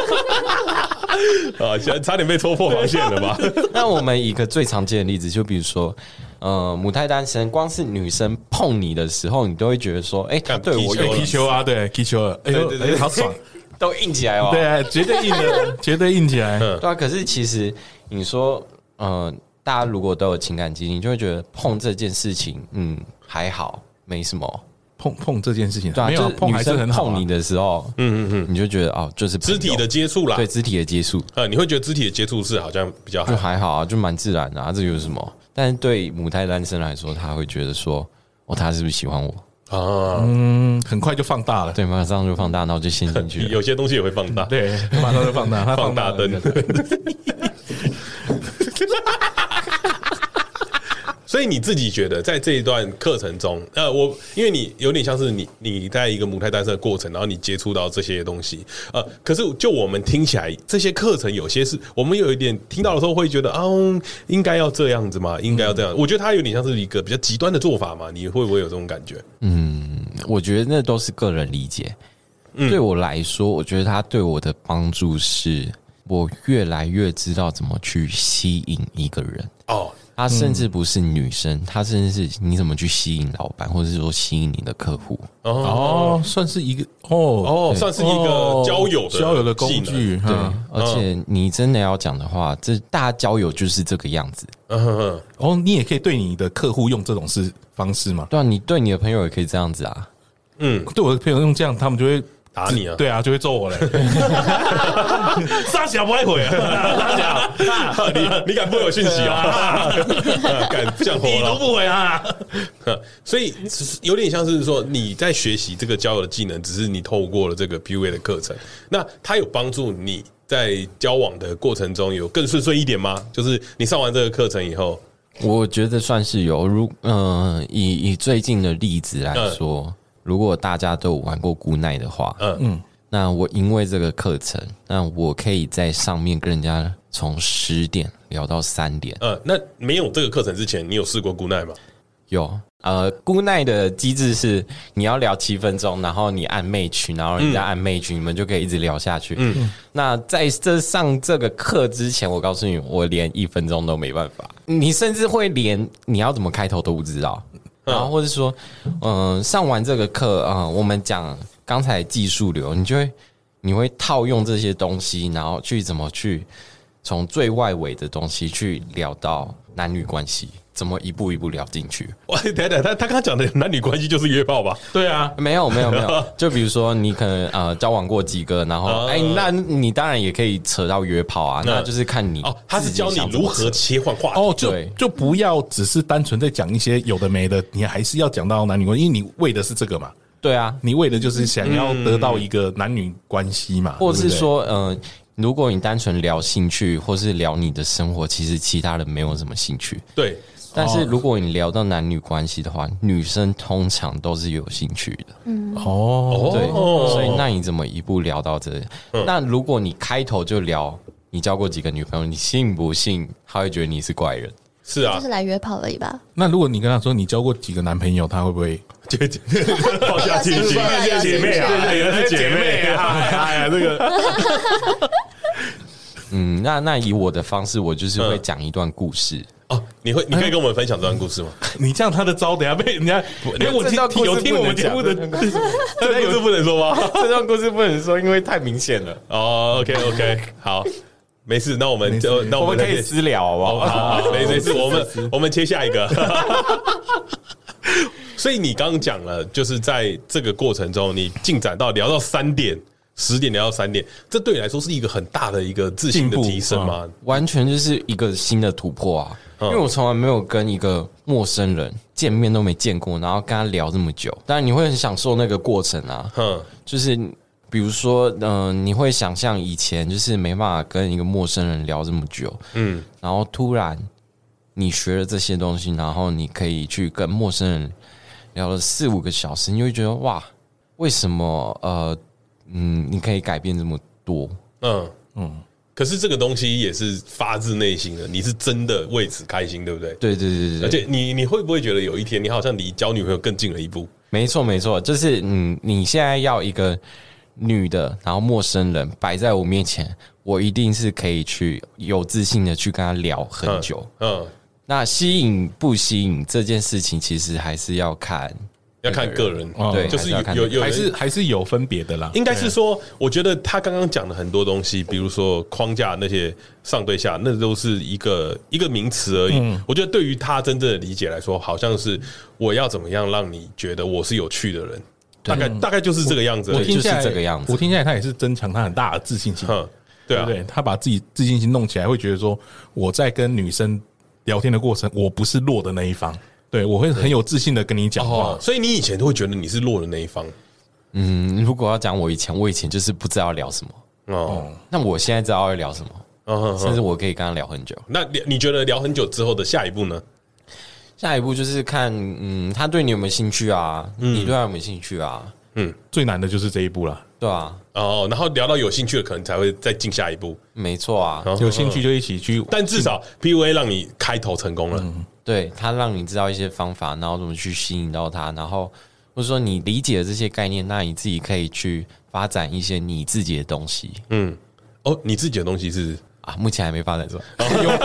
S2: 啊，现在差点被戳破防线了吧？
S4: 那我们以一个最常见的例子，就比如说。呃，母胎单身，光是女生碰你的时候，你都会觉得说，哎、欸，对我有
S6: 踢球啊，对，踢球了，哎呦，哎呦，好爽，
S4: 都硬起来哦，
S6: 对，绝对硬的，绝对硬起来，
S4: 对啊。可是其实你说，呃，大家如果都有情感经历，你就会觉得碰这件事情，嗯，还好，没什么。
S6: 碰碰这件事情，
S4: 对啊，
S6: 没有碰还是很好、啊。
S4: 碰你的时候，嗯嗯嗯，你就觉得哦，就是
S2: 肢体的接触啦，
S4: 对，肢体的接触，
S2: 呃，你会觉得肢体的接触是好像比较好
S4: 就还好啊，就蛮自然的啊，这有什么？但是对母胎单身来说，他会觉得说，哦，他是不是喜欢我
S6: 啊？嗯，很快就放大了，
S4: 对，马上就放大，然后就陷进去了。
S2: 有些东西也会放大，
S6: 对，马上就放大，他
S2: 放大灯。所以你自己觉得，在这一段课程中，呃，我因为你有点像是你你在一个母胎单身的过程，然后你接触到这些东西，呃，可是就我们听起来，这些课程有些是我们有一点听到的时候会觉得啊、哦，应该要这样子吗？应该要这样？嗯、我觉得它有点像是一个比较极端的做法嘛，你会不会有这种感觉？
S4: 嗯，我觉得那都是个人理解。嗯、对我来说，我觉得它对我的帮助是，我越来越知道怎么去吸引一个人。哦。他甚至不是女生，他、嗯、甚至是你怎么去吸引老板，或者是说吸引你的客户
S6: 哦，算是一个哦
S2: 哦，算是一个交友的
S6: 交友的工具，
S4: 对。而且你真的要讲的话，这大家交友就是这个样子。
S6: 嗯哦，你也可以对你的客户用这种事方式嘛？
S4: 对啊，你对你的朋友也可以这样子啊。
S6: 嗯，对我的朋友用这样，他们就会。
S2: 打你啊！
S6: 对啊，就会揍我嘞！傻小不爱回啊！
S2: 你你敢不回我讯息啊？敢不想活了？
S6: 你都不回啊！
S2: 所以有点像是说你在学习这个交友的技能，只是你透过了这个 P U A 的课程，那它有帮助你在交往的过程中有更顺遂一点吗？就是你上完这个课程以后，
S4: 我觉得算是有。如呃，以以最近的例子来说。嗯如果大家都有玩过Good Night的话，嗯嗯，那我因为这个课程，那我可以在上面跟人家从十点聊到三点。
S2: 呃，那没有这个课程之前，你有试过Good Night吗？
S4: 有，呃，Good Night的机制是你要聊七分钟，然后你按 match， 然后人家按 match，、嗯、你们就可以一直聊下去。嗯，那在这上这个课之前，我告诉你，我连一分钟都没办法，你甚至会连你要怎么开头都不知道。然后或者说，嗯、呃，上完这个课啊、呃，我们讲刚才技术流，你就会你会套用这些东西，然后去怎么去从最外围的东西去聊到男女关系，怎么一步一步聊进去？
S2: 哇，等等，他他刚刚讲的男女关系就是约炮吧？
S6: 对啊，
S4: 没有没有没有，就比如说你可能呃交往过几个，然后哎、欸，那你当然也可以扯到约炮啊，那就是看你
S2: 哦，他是教你如何切换话题
S6: 哦，就就不要只是单纯在讲一些有的没的，你还是要讲到男女关系，因为你为的是这个嘛。
S4: 对啊，
S6: 你为的就是想要得到一个男女关系嘛，
S4: 或者是说呃。如果你单纯聊兴趣，或是聊你的生活，其实其他人没有什么兴趣。
S2: 对，
S4: 但是如果你聊到男女关系的话，女生通常都是有兴趣的。
S5: 嗯，
S6: 哦，
S4: 对，所以那你怎么一步聊到这？嗯、那如果你开头就聊你交过几个女朋友，你信不信他会觉得你是怪人？
S2: 是啊，
S5: 就是来约炮而已吧。
S6: 那如果你跟他说你交过几个男朋友，他会不会
S2: 就放下心情？姐妹啊，原来是姐妹啊！哎呀，这个，
S4: 嗯，那那以我的方式，我就是会讲一段故事。
S2: 哦，你会，你可以跟我们分享这段故事吗？
S6: 你这样他的招，等下被人家，因为我听有听我们节目的，
S2: 这段故事不能说吗？
S4: 这段故事不能说，因为太明显了。
S2: 哦 ，OK OK， 好。没事，那我们就那
S4: 我们可以私聊，好不好？
S2: 好好，没事，我们我们切下一个。所以你刚刚讲了，就是在这个过程中，你进展到聊到三点、十点聊到三点，这对你来说是一个很大的一个自信的提升吗？
S4: 完全就是一个新的突破啊！因为我从来没有跟一个陌生人见面都没见过，然后跟他聊这么久，当然你会很享受那个过程啊。就是。比如说，嗯、呃，你会想象以前就是没办法跟一个陌生人聊这么久，嗯，然后突然你学了这些东西，然后你可以去跟陌生人聊了四五个小时，你会觉得哇，为什么呃，嗯，你可以改变这么多？
S2: 嗯嗯。可是这个东西也是发自内心的，你是真的为此开心，对不对？
S4: 对对对对。
S2: 而且你你会不会觉得有一天你好像离交女朋友更近了一步？
S4: 没错没错，就是嗯，你现在要一个。女的，然后陌生人摆在我面前，我一定是可以去有自信的去跟他聊很久。嗯，嗯那吸引不吸引这件事情，其实还是要看
S2: 要看个人，
S4: 对，
S2: 就是有有有
S6: 还是还是有分别的啦。
S2: 应该是说，我觉得他刚刚讲的很多东西，比如说框架那些上对下，那都是一个一个名词而已。嗯、我觉得对于他真正的理解来说，好像是我要怎么样让你觉得我是有趣的人。大概大概就是这个样子，
S6: 我听下来
S4: 就是这个样子。
S6: 我听下来，他也是增强他很大的自信心，
S2: 对啊，
S6: 对不对？他把自己自信心弄起来，会觉得说我在跟女生聊天的过程，我不是弱的那一方，对我会很有自信的跟你讲话。
S2: 哦，所以你以前都会觉得你是弱的那一方。
S4: 嗯，如果要讲我以前，我以前就是不知道要聊什么哦。那我现在知道要聊什么，哦、甚至我可以跟他聊很久。
S2: 那你觉得聊很久之后的下一步呢？
S4: 下一步就是看，嗯，他对你有没有兴趣啊？嗯、你对他有没有兴趣啊？
S6: 嗯，最难的就是这一步了。
S4: 对啊，
S2: 哦，然后聊到有兴趣的，可能才会再进下一步。
S4: 没错啊，
S6: 有兴趣就一起去。
S2: 但至少 P U A 让你开头成功了，嗯、
S4: 对他让你知道一些方法，然后怎么去吸引到他，然后或者说你理解了这些概念，那你自己可以去发展一些你自己的东西。
S2: 嗯，哦，你自己的东西是
S4: 啊，目前还没发展出来。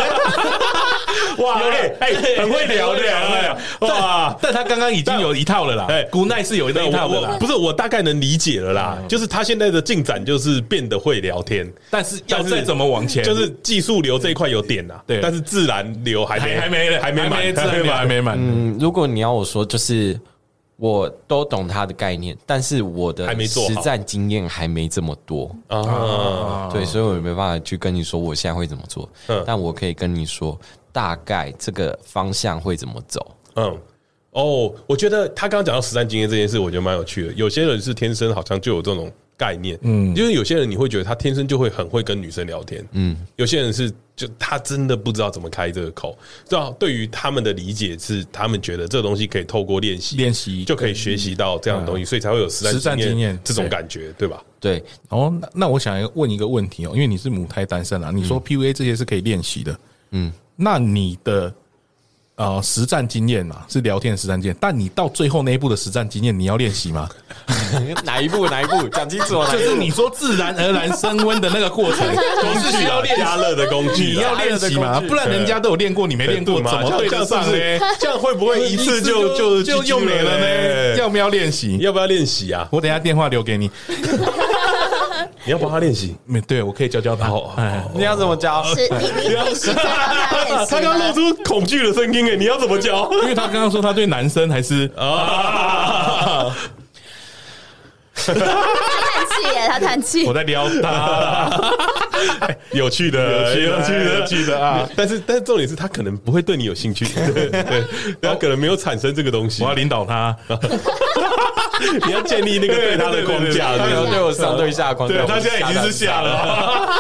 S2: 哇，哎哎，很会聊的，哇！
S6: 但他刚刚已经有一套了啦，哎，古奈是有一套的啦。
S2: 不是，我大概能理解了啦，就是他现在的进展就是变得会聊天，
S6: 但是要再怎么往前，
S2: 就是技术流这一块有点啦，对，但是自然流还没
S6: 还没
S2: 还没满，
S6: 还没满，还没满。
S4: 嗯，如果你要我说，就是我都懂他的概念，但是我的实战经验还没这么多啊，对，所以我没办法去跟你说我现在会怎么做，但我可以跟你说。大概这个方向会怎么走？
S2: 嗯，哦，我觉得他刚刚讲到实战经验这件事，我觉得蛮有趣的。有些人是天生好像就有这种概念，嗯，因为有些人你会觉得他天生就会很会跟女生聊天，嗯，有些人是就他真的不知道怎么开这个口，知道对于他们的理解是，他们觉得这个东西可以透过练习，
S6: 练习
S2: 就可以学习到这样的东西，所以才会有实战经验这种感觉，对吧？
S4: 对。
S6: 哦，那那我想问一个问题哦，因为你是母胎单身啊，你说 P U A 这些是可以练习的，嗯。那你的呃实战经验嘛，是聊天的实战经验，但你到最后那一步的实战经验，你要练习吗？
S4: 哪一步？哪一步？讲清楚。
S6: 就是你说自然而然升温的那个过程，
S2: 你是需要练加热的工具，
S6: 你要练习吗？不然人家都有练过，你没练过，怎么对得上呢？
S2: 这样会不会一次就就
S6: 就又没了呢？要不要练习？
S2: 要不要练习啊？
S6: 我等一下电话留给你。
S2: 你要帮他练习？
S6: 没对，我可以教教他。
S4: 你要怎么教？
S5: 是你你你是教他练习？
S2: 他刚露出恐惧的声音，哎，你要怎么教？
S6: 因为他刚刚说他对男生还是啊。
S5: 他叹气耶，他叹气。
S6: 我在撩他，
S2: 有趣的，
S6: 有趣的，
S2: 有趣的，
S6: 有趣的啊！
S2: 但是，但是重点是他可能不会对你有兴趣，对对，他可能没有产生这个东西。
S6: 我要领导他，
S2: 你要建立那个对他的框架，
S4: 他要对我上对下框架。
S6: 对他现在已经是下了。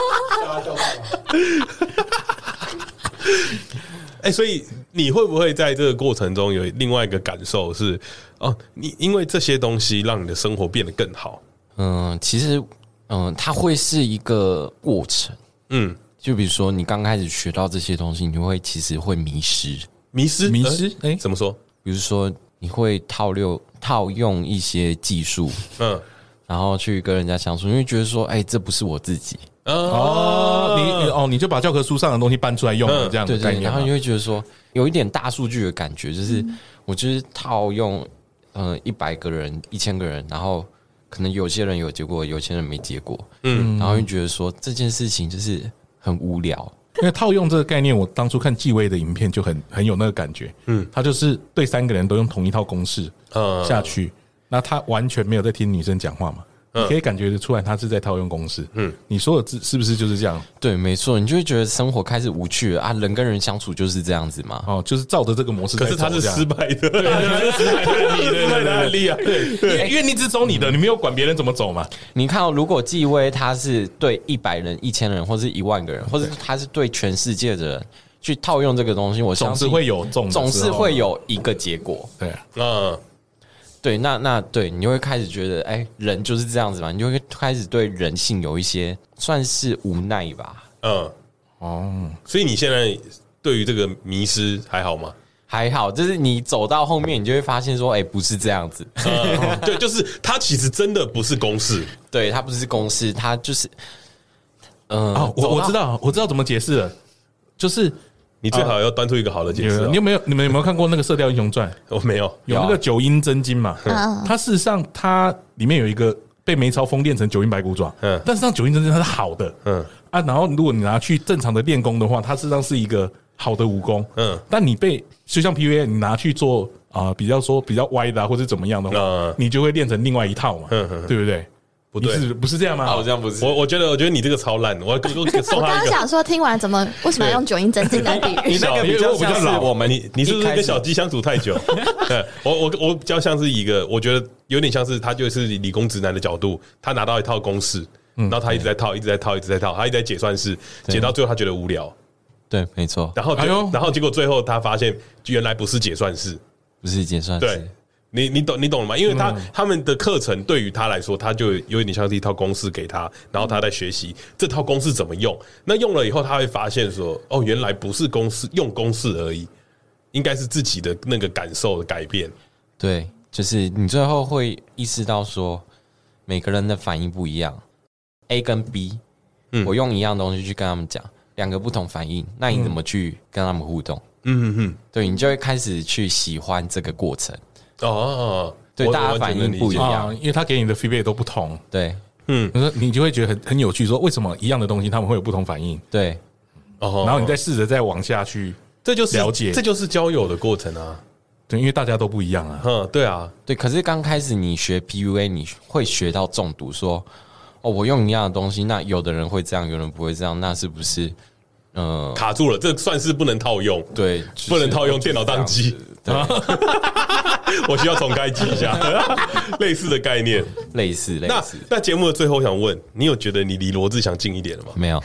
S2: 哎，所以你会不会在这个过程中有另外一个感受是，哦，你因为这些东西让你的生活变得更好？
S4: 嗯，其实，嗯，它会是一个过程。嗯，就比如说你刚开始学到这些东西，你会其实会迷失，
S2: 迷失，
S6: 迷失。哎，
S2: 怎么说？
S4: 比如说你会套用套用一些技术，嗯，然后去跟人家相处，因为觉得说，哎，这不是我自己。
S6: 哦，你哦，你就把教科书上的东西搬出来用了，这样的概念，
S4: 然后你会觉得说，有一点大数据的感觉，就是我就是套用，呃，一百个人、一千个人，然后可能有些人有结果，有些人没结果，嗯，然后就觉得说这件事情就是很无聊。
S6: 因为套用这个概念，我当初看纪薇的影片就很很有那个感觉，嗯，他就是对三个人都用同一套公式下去，那他完全没有在听女生讲话嘛。你可以感觉得出来，他是在套用公式。嗯，你说的字是不是就是这样？
S4: 对，没错，你就会觉得生活开始无趣了啊！人跟人相处就是这样子嘛。
S6: 哦，就是照着这个模式在走。
S2: 可是他是失败的，
S6: 对，他是失败的案例，失败的案例啊！对对，因为你只走你的，你没有管别人怎么走嘛。
S4: 你看，如果纪薇他是对一百人、一千人，或是一万个人，或者他是对全世界的人去套用这个东西，我相信
S6: 总是会有中，
S4: 总是会有一个结果。
S6: 对，
S2: 嗯。
S4: 对，那那对你就会开始觉得，哎，人就是这样子嘛，你就会开始对人性有一些算是无奈吧。嗯，
S2: 哦，所以你现在对于这个迷失还好吗？
S4: 还好，就是你走到后面，你就会发现说，哎，不是这样子。
S2: 嗯、对，就是它其实真的不是公式，
S4: 对，它不是公式，它就是，
S6: 嗯、呃哦，我我知道，我知道怎么解释了，就是。
S2: 你最好要端出一个好的解释、哦。
S6: 你有没有？你们有没有看过那个《射雕英雄传》？
S2: 我没有。
S6: 有那个九阴真经嘛？嗯、它事实上它里面有一个被梅超风练成九阴白骨爪，嗯，但是让九阴真经它是好的，嗯啊，然后如果你拿去正常的练功的话，它事实上是一个好的武功，嗯，但你被就像 P U A 你拿去做啊、呃，比较说比较歪的、啊、或者怎么样的话，嗯、你就会练成另外一套嘛，嗯嗯、对不对？不对，不是这样吗？
S4: 好像不是。
S2: 我我觉得，我觉得你这个超烂。我我送他一个。
S5: 我刚刚想说，听完怎么为什么要用九阴真经来比喻？
S4: 你那个比较像是我们，
S2: 你你是不是跟小鸡相处太久？对，我我我比较像是一个，我觉得有点像是他就是理工直男的角度，他拿到一套公式，然后他一直在套，一直在套，一直在套，他一直在解算式，解到最后他觉得无聊。
S4: 对，没错。
S2: 然后就，然后结果最后他发现，原来不是解算式，
S4: 不是解算式。
S2: 对。你你懂你懂了吗？因为他、嗯、他们的课程对于他来说，他就有点像是一套公式给他，然后他在学习这套公式怎么用。那用了以后，他会发现说，哦，原来不是公式用公式而已，应该是自己的那个感受的改变。
S4: 对，就是你最后会意识到说，每个人的反应不一样 ，A 跟 B，、嗯、我用一样东西去跟他们讲，两个不同反应，那你怎么去跟他们互动？嗯嗯，对你就会开始去喜欢这个过程。哦，对，大家反应不一样、
S6: 啊，因为他给你的 feedback 都不同。
S4: 对，
S6: 嗯，你就会觉得很很有趣，说为什么一样的东西他们会有不同反应？
S4: 对，
S6: 哦，然后你再试着再往下去，
S2: 这就是
S6: 了解，
S2: 这就是交友的过程啊。
S6: 对，因为大家都不一样啊。
S2: 嗯，对啊，
S4: 对。可是刚开始你学 P U A， 你会学到中毒，说哦，我用一样的东西，那有的人会这样，有人不会这样，那是不是？
S2: 嗯，卡住了，这算是不能套用，
S4: 对，
S2: 就是、不能套用，电脑宕机，对，我需要重开机一下，类似的概念，
S4: 类似类似。
S2: 那那节目的最后，我想问你，有觉得你离罗志祥近一点了吗？
S4: 没有。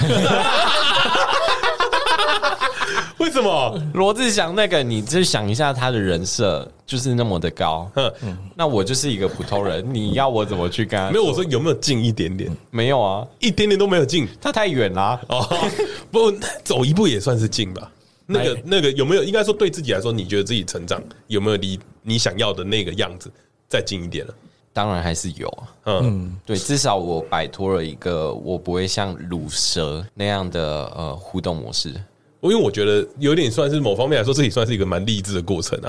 S2: 为什么？
S4: 罗志祥那个，你就想一下，他的人设就是那么的高，嗯，那我就是一个普通人，你要我怎么去跟他？
S2: 没有，我说有没有近一点点？
S4: 没有啊，
S2: 一点点都没有近，
S4: 他太远啦。
S2: 哦，不，走一步也算是近吧。那个那个有没有？应该说对自己来说，你觉得自己成长有没有离你想要的那个样子再近一点了？
S4: 当然还是有啊，嗯，对，至少我摆脱了一个我不会像乳蛇那样的呃互动模式。
S2: 因为我觉得有点算是某方面来说，自己算是一个蛮励志的过程啊。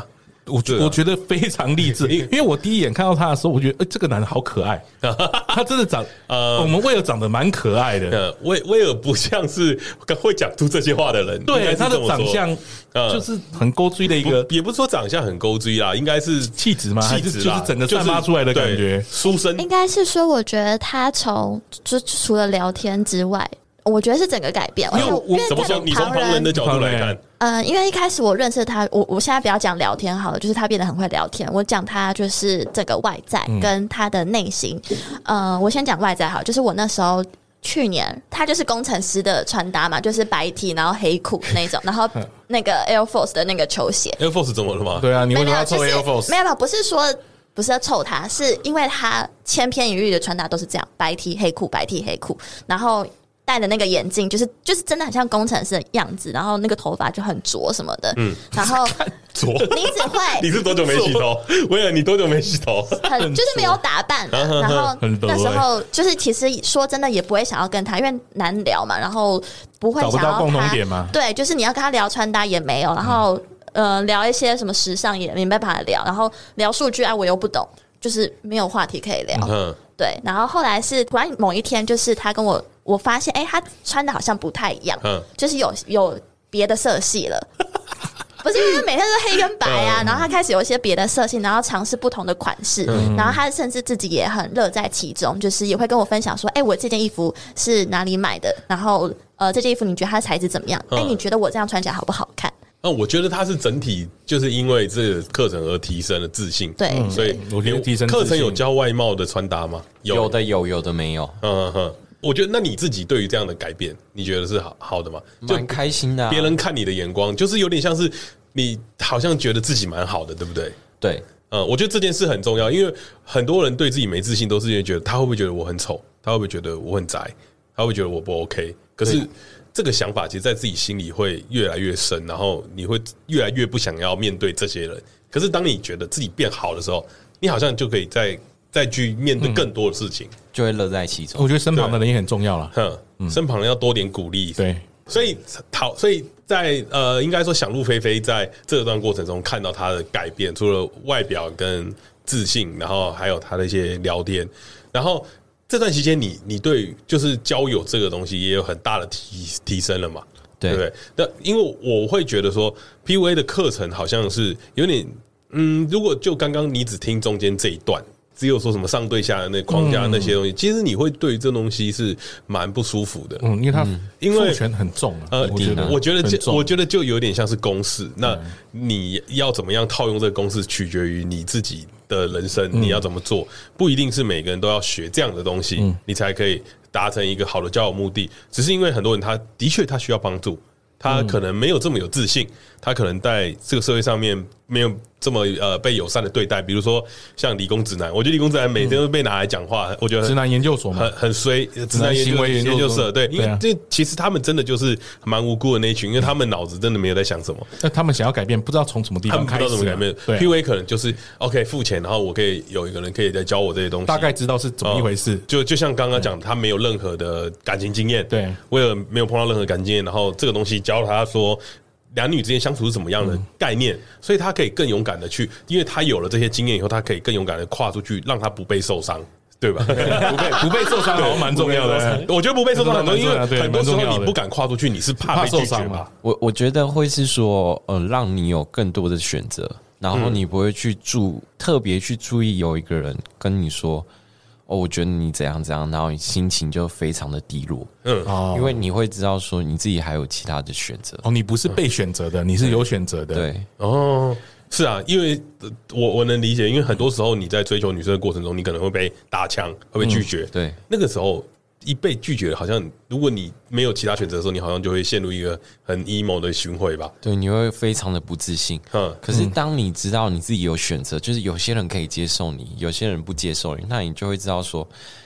S6: 我我觉得非常励志，因为我第一眼看到他的时候，我觉得，欸，这个男人好可爱，他真的长，呃，我们威尔长得蛮可爱的，
S2: 呃，威威尔不像是会讲出这些话的人，
S6: 对，他的长相就是很勾追的一个，
S2: 也不是说长相很勾追啦，应该是
S6: 气质嘛，
S2: 气质
S6: 就是整个散发出来的感觉，
S2: 书生
S5: 应该是说，我觉得他从就除了聊天之外。我觉得是整个改变，因为我
S2: 怎么说？你从旁人的角度来看，
S5: 呃，因为一开始我认识他，我我现在不要讲聊天好了，就是他变得很会聊天。我讲他就是这个外在跟他的内心，嗯、呃，我先讲外在好，就是我那时候去年他就是工程师的穿搭嘛，就是白 T 然后黑裤那种，然后那个 Air Force 的那个球鞋
S2: ，Air Force 怎么了吗？
S6: 对啊，你为什么要抽 Air Force？
S5: 没有没有，不是说。不是要臭他，是因为他千篇一律的穿搭都是这样，白 T 黑裤，白 T 黑裤，然后戴的那个眼镜，就是就是真的很像工程师的样子，然后那个头发就很浊什么的，嗯，然后
S2: 浊，
S5: 你只会，
S2: 你是多久没洗头？威尔，你多久没洗头？
S5: 很就是没有打扮，然后那时候就是其实说真的也不会想要跟他，因为难聊嘛，然后不会想要
S6: 找不到共同点吗？
S5: 对，就是你要跟他聊穿搭也没有，然后。嗯呃，聊一些什么时尚也没办法聊，然后聊数据啊，我又不懂，就是没有话题可以聊。嗯，对。然后后来是突然某一天，就是他跟我，我发现，哎、欸，他穿的好像不太一样，嗯，就是有有别的色系了。不是因为每天都黑跟白啊，然后他开始有一些别的色系，然后尝试不同的款式，嗯、然后他甚至自己也很乐在其中，就是也会跟我分享说，哎、欸，我这件衣服是哪里买的，然后呃，这件衣服你觉得它的材质怎么样？哎、嗯欸，你觉得我这样穿起来好不好看？
S2: 那、嗯、我觉得他是整体就是因为这个课程而提升了自信，
S5: 对，
S2: 嗯、所以
S6: 我觉得提升
S2: 课程有教外貌的穿搭吗？
S4: 有, 有的有，有的没有。
S2: 嗯哼，我觉得那你自己对于这样的改变，你觉得是好好的吗？
S4: 蛮开心的、啊。
S2: 别人看你的眼光，就是有点像是你好像觉得自己蛮好的，对不对？
S4: 对，
S2: 嗯，我觉得这件事很重要，因为很多人对自己没自信，都是因为觉得他会不会觉得我很丑，他会不会觉得我很宅，他会不会觉得我不 OK？ 可是。这个想法其实在自己心里会越来越深，然后你会越来越不想要面对这些人。可是当你觉得自己变好的时候，你好像就可以再再去面对更多的事情，嗯、
S4: 就会乐在其中。
S6: 我觉得身旁的人也很重要
S2: 了，嗯，身旁人要多点鼓励。
S6: 对，
S2: 所以好，所以在呃，应该说想入非非，在这段过程中看到他的改变，除了外表跟自信，然后还有他的一些聊天，然后。这段期间你，你你对就是交友这个东西也有很大的提提升了嘛？对, 对不对？那因为我会觉得说 ，P U A 的课程好像是有点，嗯，如果就刚刚你只听中间这一段，只有说什么上对下的那框架那些东西，嗯、其实你会对这东西是蛮不舒服的。
S6: 嗯，因为它
S2: 因为
S6: 父权很重、啊，
S2: 呃，
S6: 我觉得
S2: 我觉得就我觉得就有点像是公式。那你要怎么样套用这个公式，取决于你自己。的人生你要怎么做，不一定是每个人都要学这样的东西，嗯、你才可以达成一个好的交友目的。只是因为很多人他的确他需要帮助，他可能没有这么有自信，他可能在这个社会上面没有这么呃被友善的对待。比如说像理工直男，我觉得理工直男每天都被拿来讲话，我觉得
S6: 直男研究所
S2: 很很衰，直男研究研究社对，因为这其实他们真的就是蛮无辜的那一群，因为他们脑子真的没有在想什么。
S6: 那他们想要改变，不知道从什么地方开始，
S2: 不知道怎么改变。P U A 可能就是 OK 付钱，然后我可以有一个人可以再教我这些东西，
S6: 大概知道是怎么一回事。
S2: 就就像刚刚讲，他没有任何的感情经验，对，为了没有碰到任何感情经验，然后这个东西教他说。男女之间相处是怎么样的概念，嗯、所以他可以更勇敢的去，因为他有了这些经验以后，他可以更勇敢的跨出去，让他不被受伤，对吧？不被
S6: 不被受伤好像蛮重要的。
S2: 我觉得不被受伤很重要，因为很多时候你不敢跨出去，你是怕被拒绝嘛。
S4: 我我觉得会是说，呃，让你有更多的选择，然后你不会去注特别去注意有一个人跟你说。哦，我觉得你怎样怎样，然后你心情就非常的低落，嗯，因为你会知道说你自己还有其他的选择。
S6: 哦，你不是被选择的，你是有选择的。
S4: 对，
S2: 哦，是啊，因为我我能理解，因为很多时候你在追求女生的过程中，你可能会被打枪，会被拒绝。嗯、对，那个时候一被拒绝，好像如果你没有其他选择的时候，你好像就会陷入一个很 emo 的循环吧。
S4: 对，你会非常的不自信。嗯，可是当你知道你自己有选择，就是有些人可以接受你，有些人不接受你，那你就会知道说，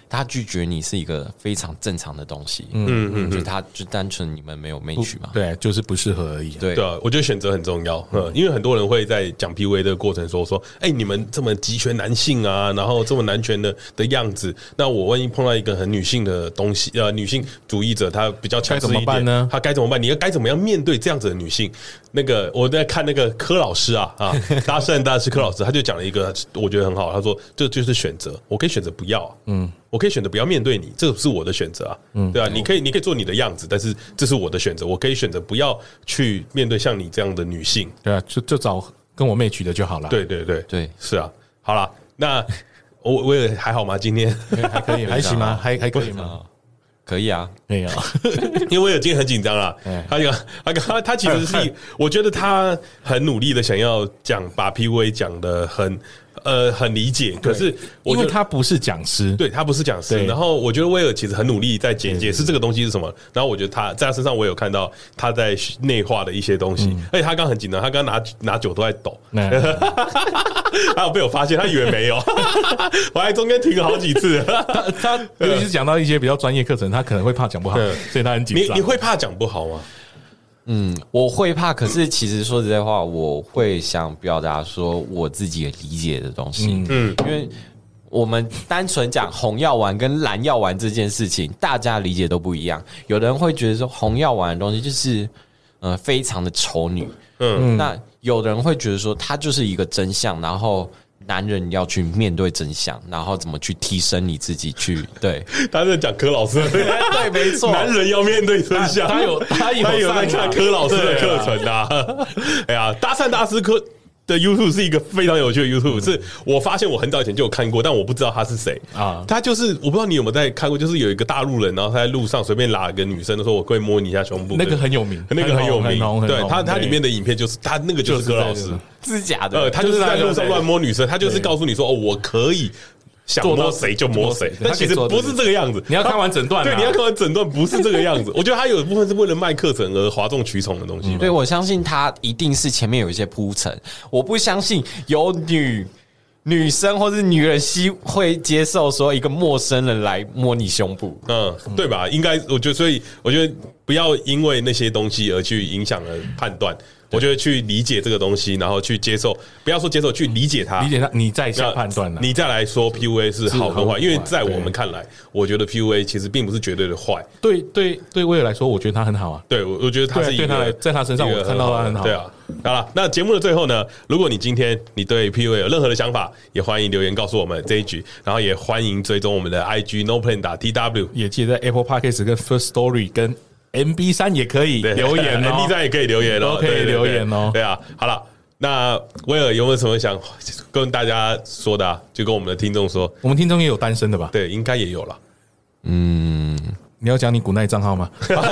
S4: 他拒绝你是一个非常正常的东西。嗯嗯，就他就单纯你们没有 match 嘛，
S6: 对，就是不适合而已。
S4: 对
S2: 对啊，我觉得选择很重要。嗯，因为很多人会在讲 P U A 的过程说说，哎、欸，你们这么极权男性啊，然后这么男权的的样子，那我万一碰到一个很女性的东西，呃，女性主义者，他比较强势一点，
S6: 该怎么办呢？
S2: 他该怎么办？你要该怎么样面对这样子的女性？那个我在看那个柯老师啊啊，搭讪大师柯老师，他就讲了一个我觉得很好，他说这就是选择，我可以选择不要、啊，嗯，我可以选择不要面对你，这是我的选择啊，嗯，对啊，你可以你可以做你的样子，但是这是我的选择，我可以选择不要去面对像你这样的女性，
S6: 对啊，就就找跟我妹取的就好了。
S2: 对对对
S4: 对，
S2: 是啊，好了，那我我也还好吗？今天
S6: 还可以，还行吗？还还可以吗？
S4: 可以啊，
S6: 没有，
S2: 因为我有今天很紧张啦。他讲他他他其实是，我觉得他很努力的想要讲把 P U A 讲的很呃很理解，可是我
S6: 因为他不是讲师，
S2: 对他不是讲师。然后我觉得威尔其实很努力在解解释这个东西是什么。然后我觉得他在他身上我有看到他在内化的一些东西，而且他刚刚很紧张，他刚刚拿拿酒都在抖，他有被我发现，他以为没有，我还中间停了好几次。
S6: 他他尤其是讲到一些比较专业课程，他可能会怕讲不好，所以他很紧张。
S2: 你你会怕讲不好吗？
S4: 嗯，我会怕，可是其实说实在话，我会想表达说我自己理解的东西。嗯，因为我们单纯讲红药丸跟蓝药丸这件事情，大家理解都不一样。有的人会觉得说红药丸的东西就是呃非常的丑女，嗯，那有的人会觉得说它就是一个真相，然后男人要去面对真相，然后怎么去提升你自己去对。
S2: 他在讲柯老师，
S4: 对，没错，
S2: 男人要面对真相。
S6: 他有他有
S2: 他有在看柯老师的课程啊。哎呀，搭讪大师柯的 YouTube 是一个非常有趣的 YouTube，、嗯、是我发现我很早以前就有看过，但我不知道他是谁啊。他就是我不知道你有没有在看过，就是有一个大陆人，然后他在路上随便拉一个女生的时候，我会摸你一下胸部，
S6: 那个很有名，
S2: 那个很有名。
S6: 很
S2: 对他，他里面的影片就是他那个就是柯老师，
S4: 是假的。
S2: 呃，他就是在路上乱摸女生，他就是告诉你说哦，我可以。想摸谁就摸谁，但其实不是这个样子。
S6: 你要看完整段、啊，
S2: 对，你要看完整段，不是这个样子。我觉得他有一部分是为了卖课程而哗众取宠的东西。
S4: 嗯、对，我相信他一定是前面有一些铺陈。我不相信有女女生或是女人希会接受说一个陌生人来摸你胸部，
S2: 嗯，对吧？应该，我觉得，所以我觉得不要因为那些东西而去影响了判断。我觉得去理解这个东西，然后去接受，不要说接受，去理解它，
S6: 理解它，你再下判断了，
S2: 你再来说 P U A 是好跟坏，因为在我们看来，我觉得 P U A 其实并不是绝对的坏。
S6: 对对对，威尔来说，我觉得他很好啊。
S2: 对，我我觉得他是一个，
S6: 对他在他身上我看到他很好。
S2: 对啊，好了，那节目的最后呢，如果你今天你对 P U A 有任何的想法，也欢迎留言告诉我们这一局，然后也欢迎追踪我们的 I G No Plan 打 T W，
S6: 也记得在 Apple Podcast 跟 First Story 跟M B 三也可以留言哦
S2: ，M B 三也可以留言哦，
S6: 都可以留言哦。
S2: 对啊，好了，那威尔有没有什么想跟大家说的、啊？就跟我们的听众说，
S6: 我们听众也有单身的吧？
S2: 对，应该也有了。
S4: 嗯，
S6: 你要讲你古奈账号吗？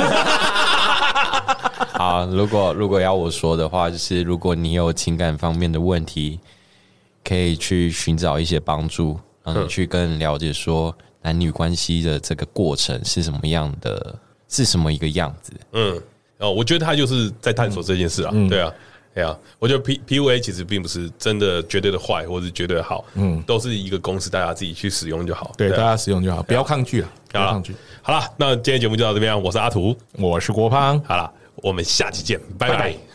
S4: 好，如果如果要我说的话，就是如果你有情感方面的问题，可以去寻找一些帮助，然后去跟人了解说男女关系的这个过程是什么样的。是什么一个样子？
S2: 嗯，哦，我觉得他就是在探索这件事啊，嗯、对啊，对啊，我觉得 P P U A 其实并不是真的绝对的坏，或是绝对的好，嗯，都是一个公式，大家自己去使用就好，
S6: 对，
S2: 对啊、
S6: 大家使用就好，不要抗拒了，不要抗拒。
S2: 好了，那今天节目就到这边，我是阿图，
S6: 我是国芳，
S2: 好了，我们下期见，拜拜。拜拜。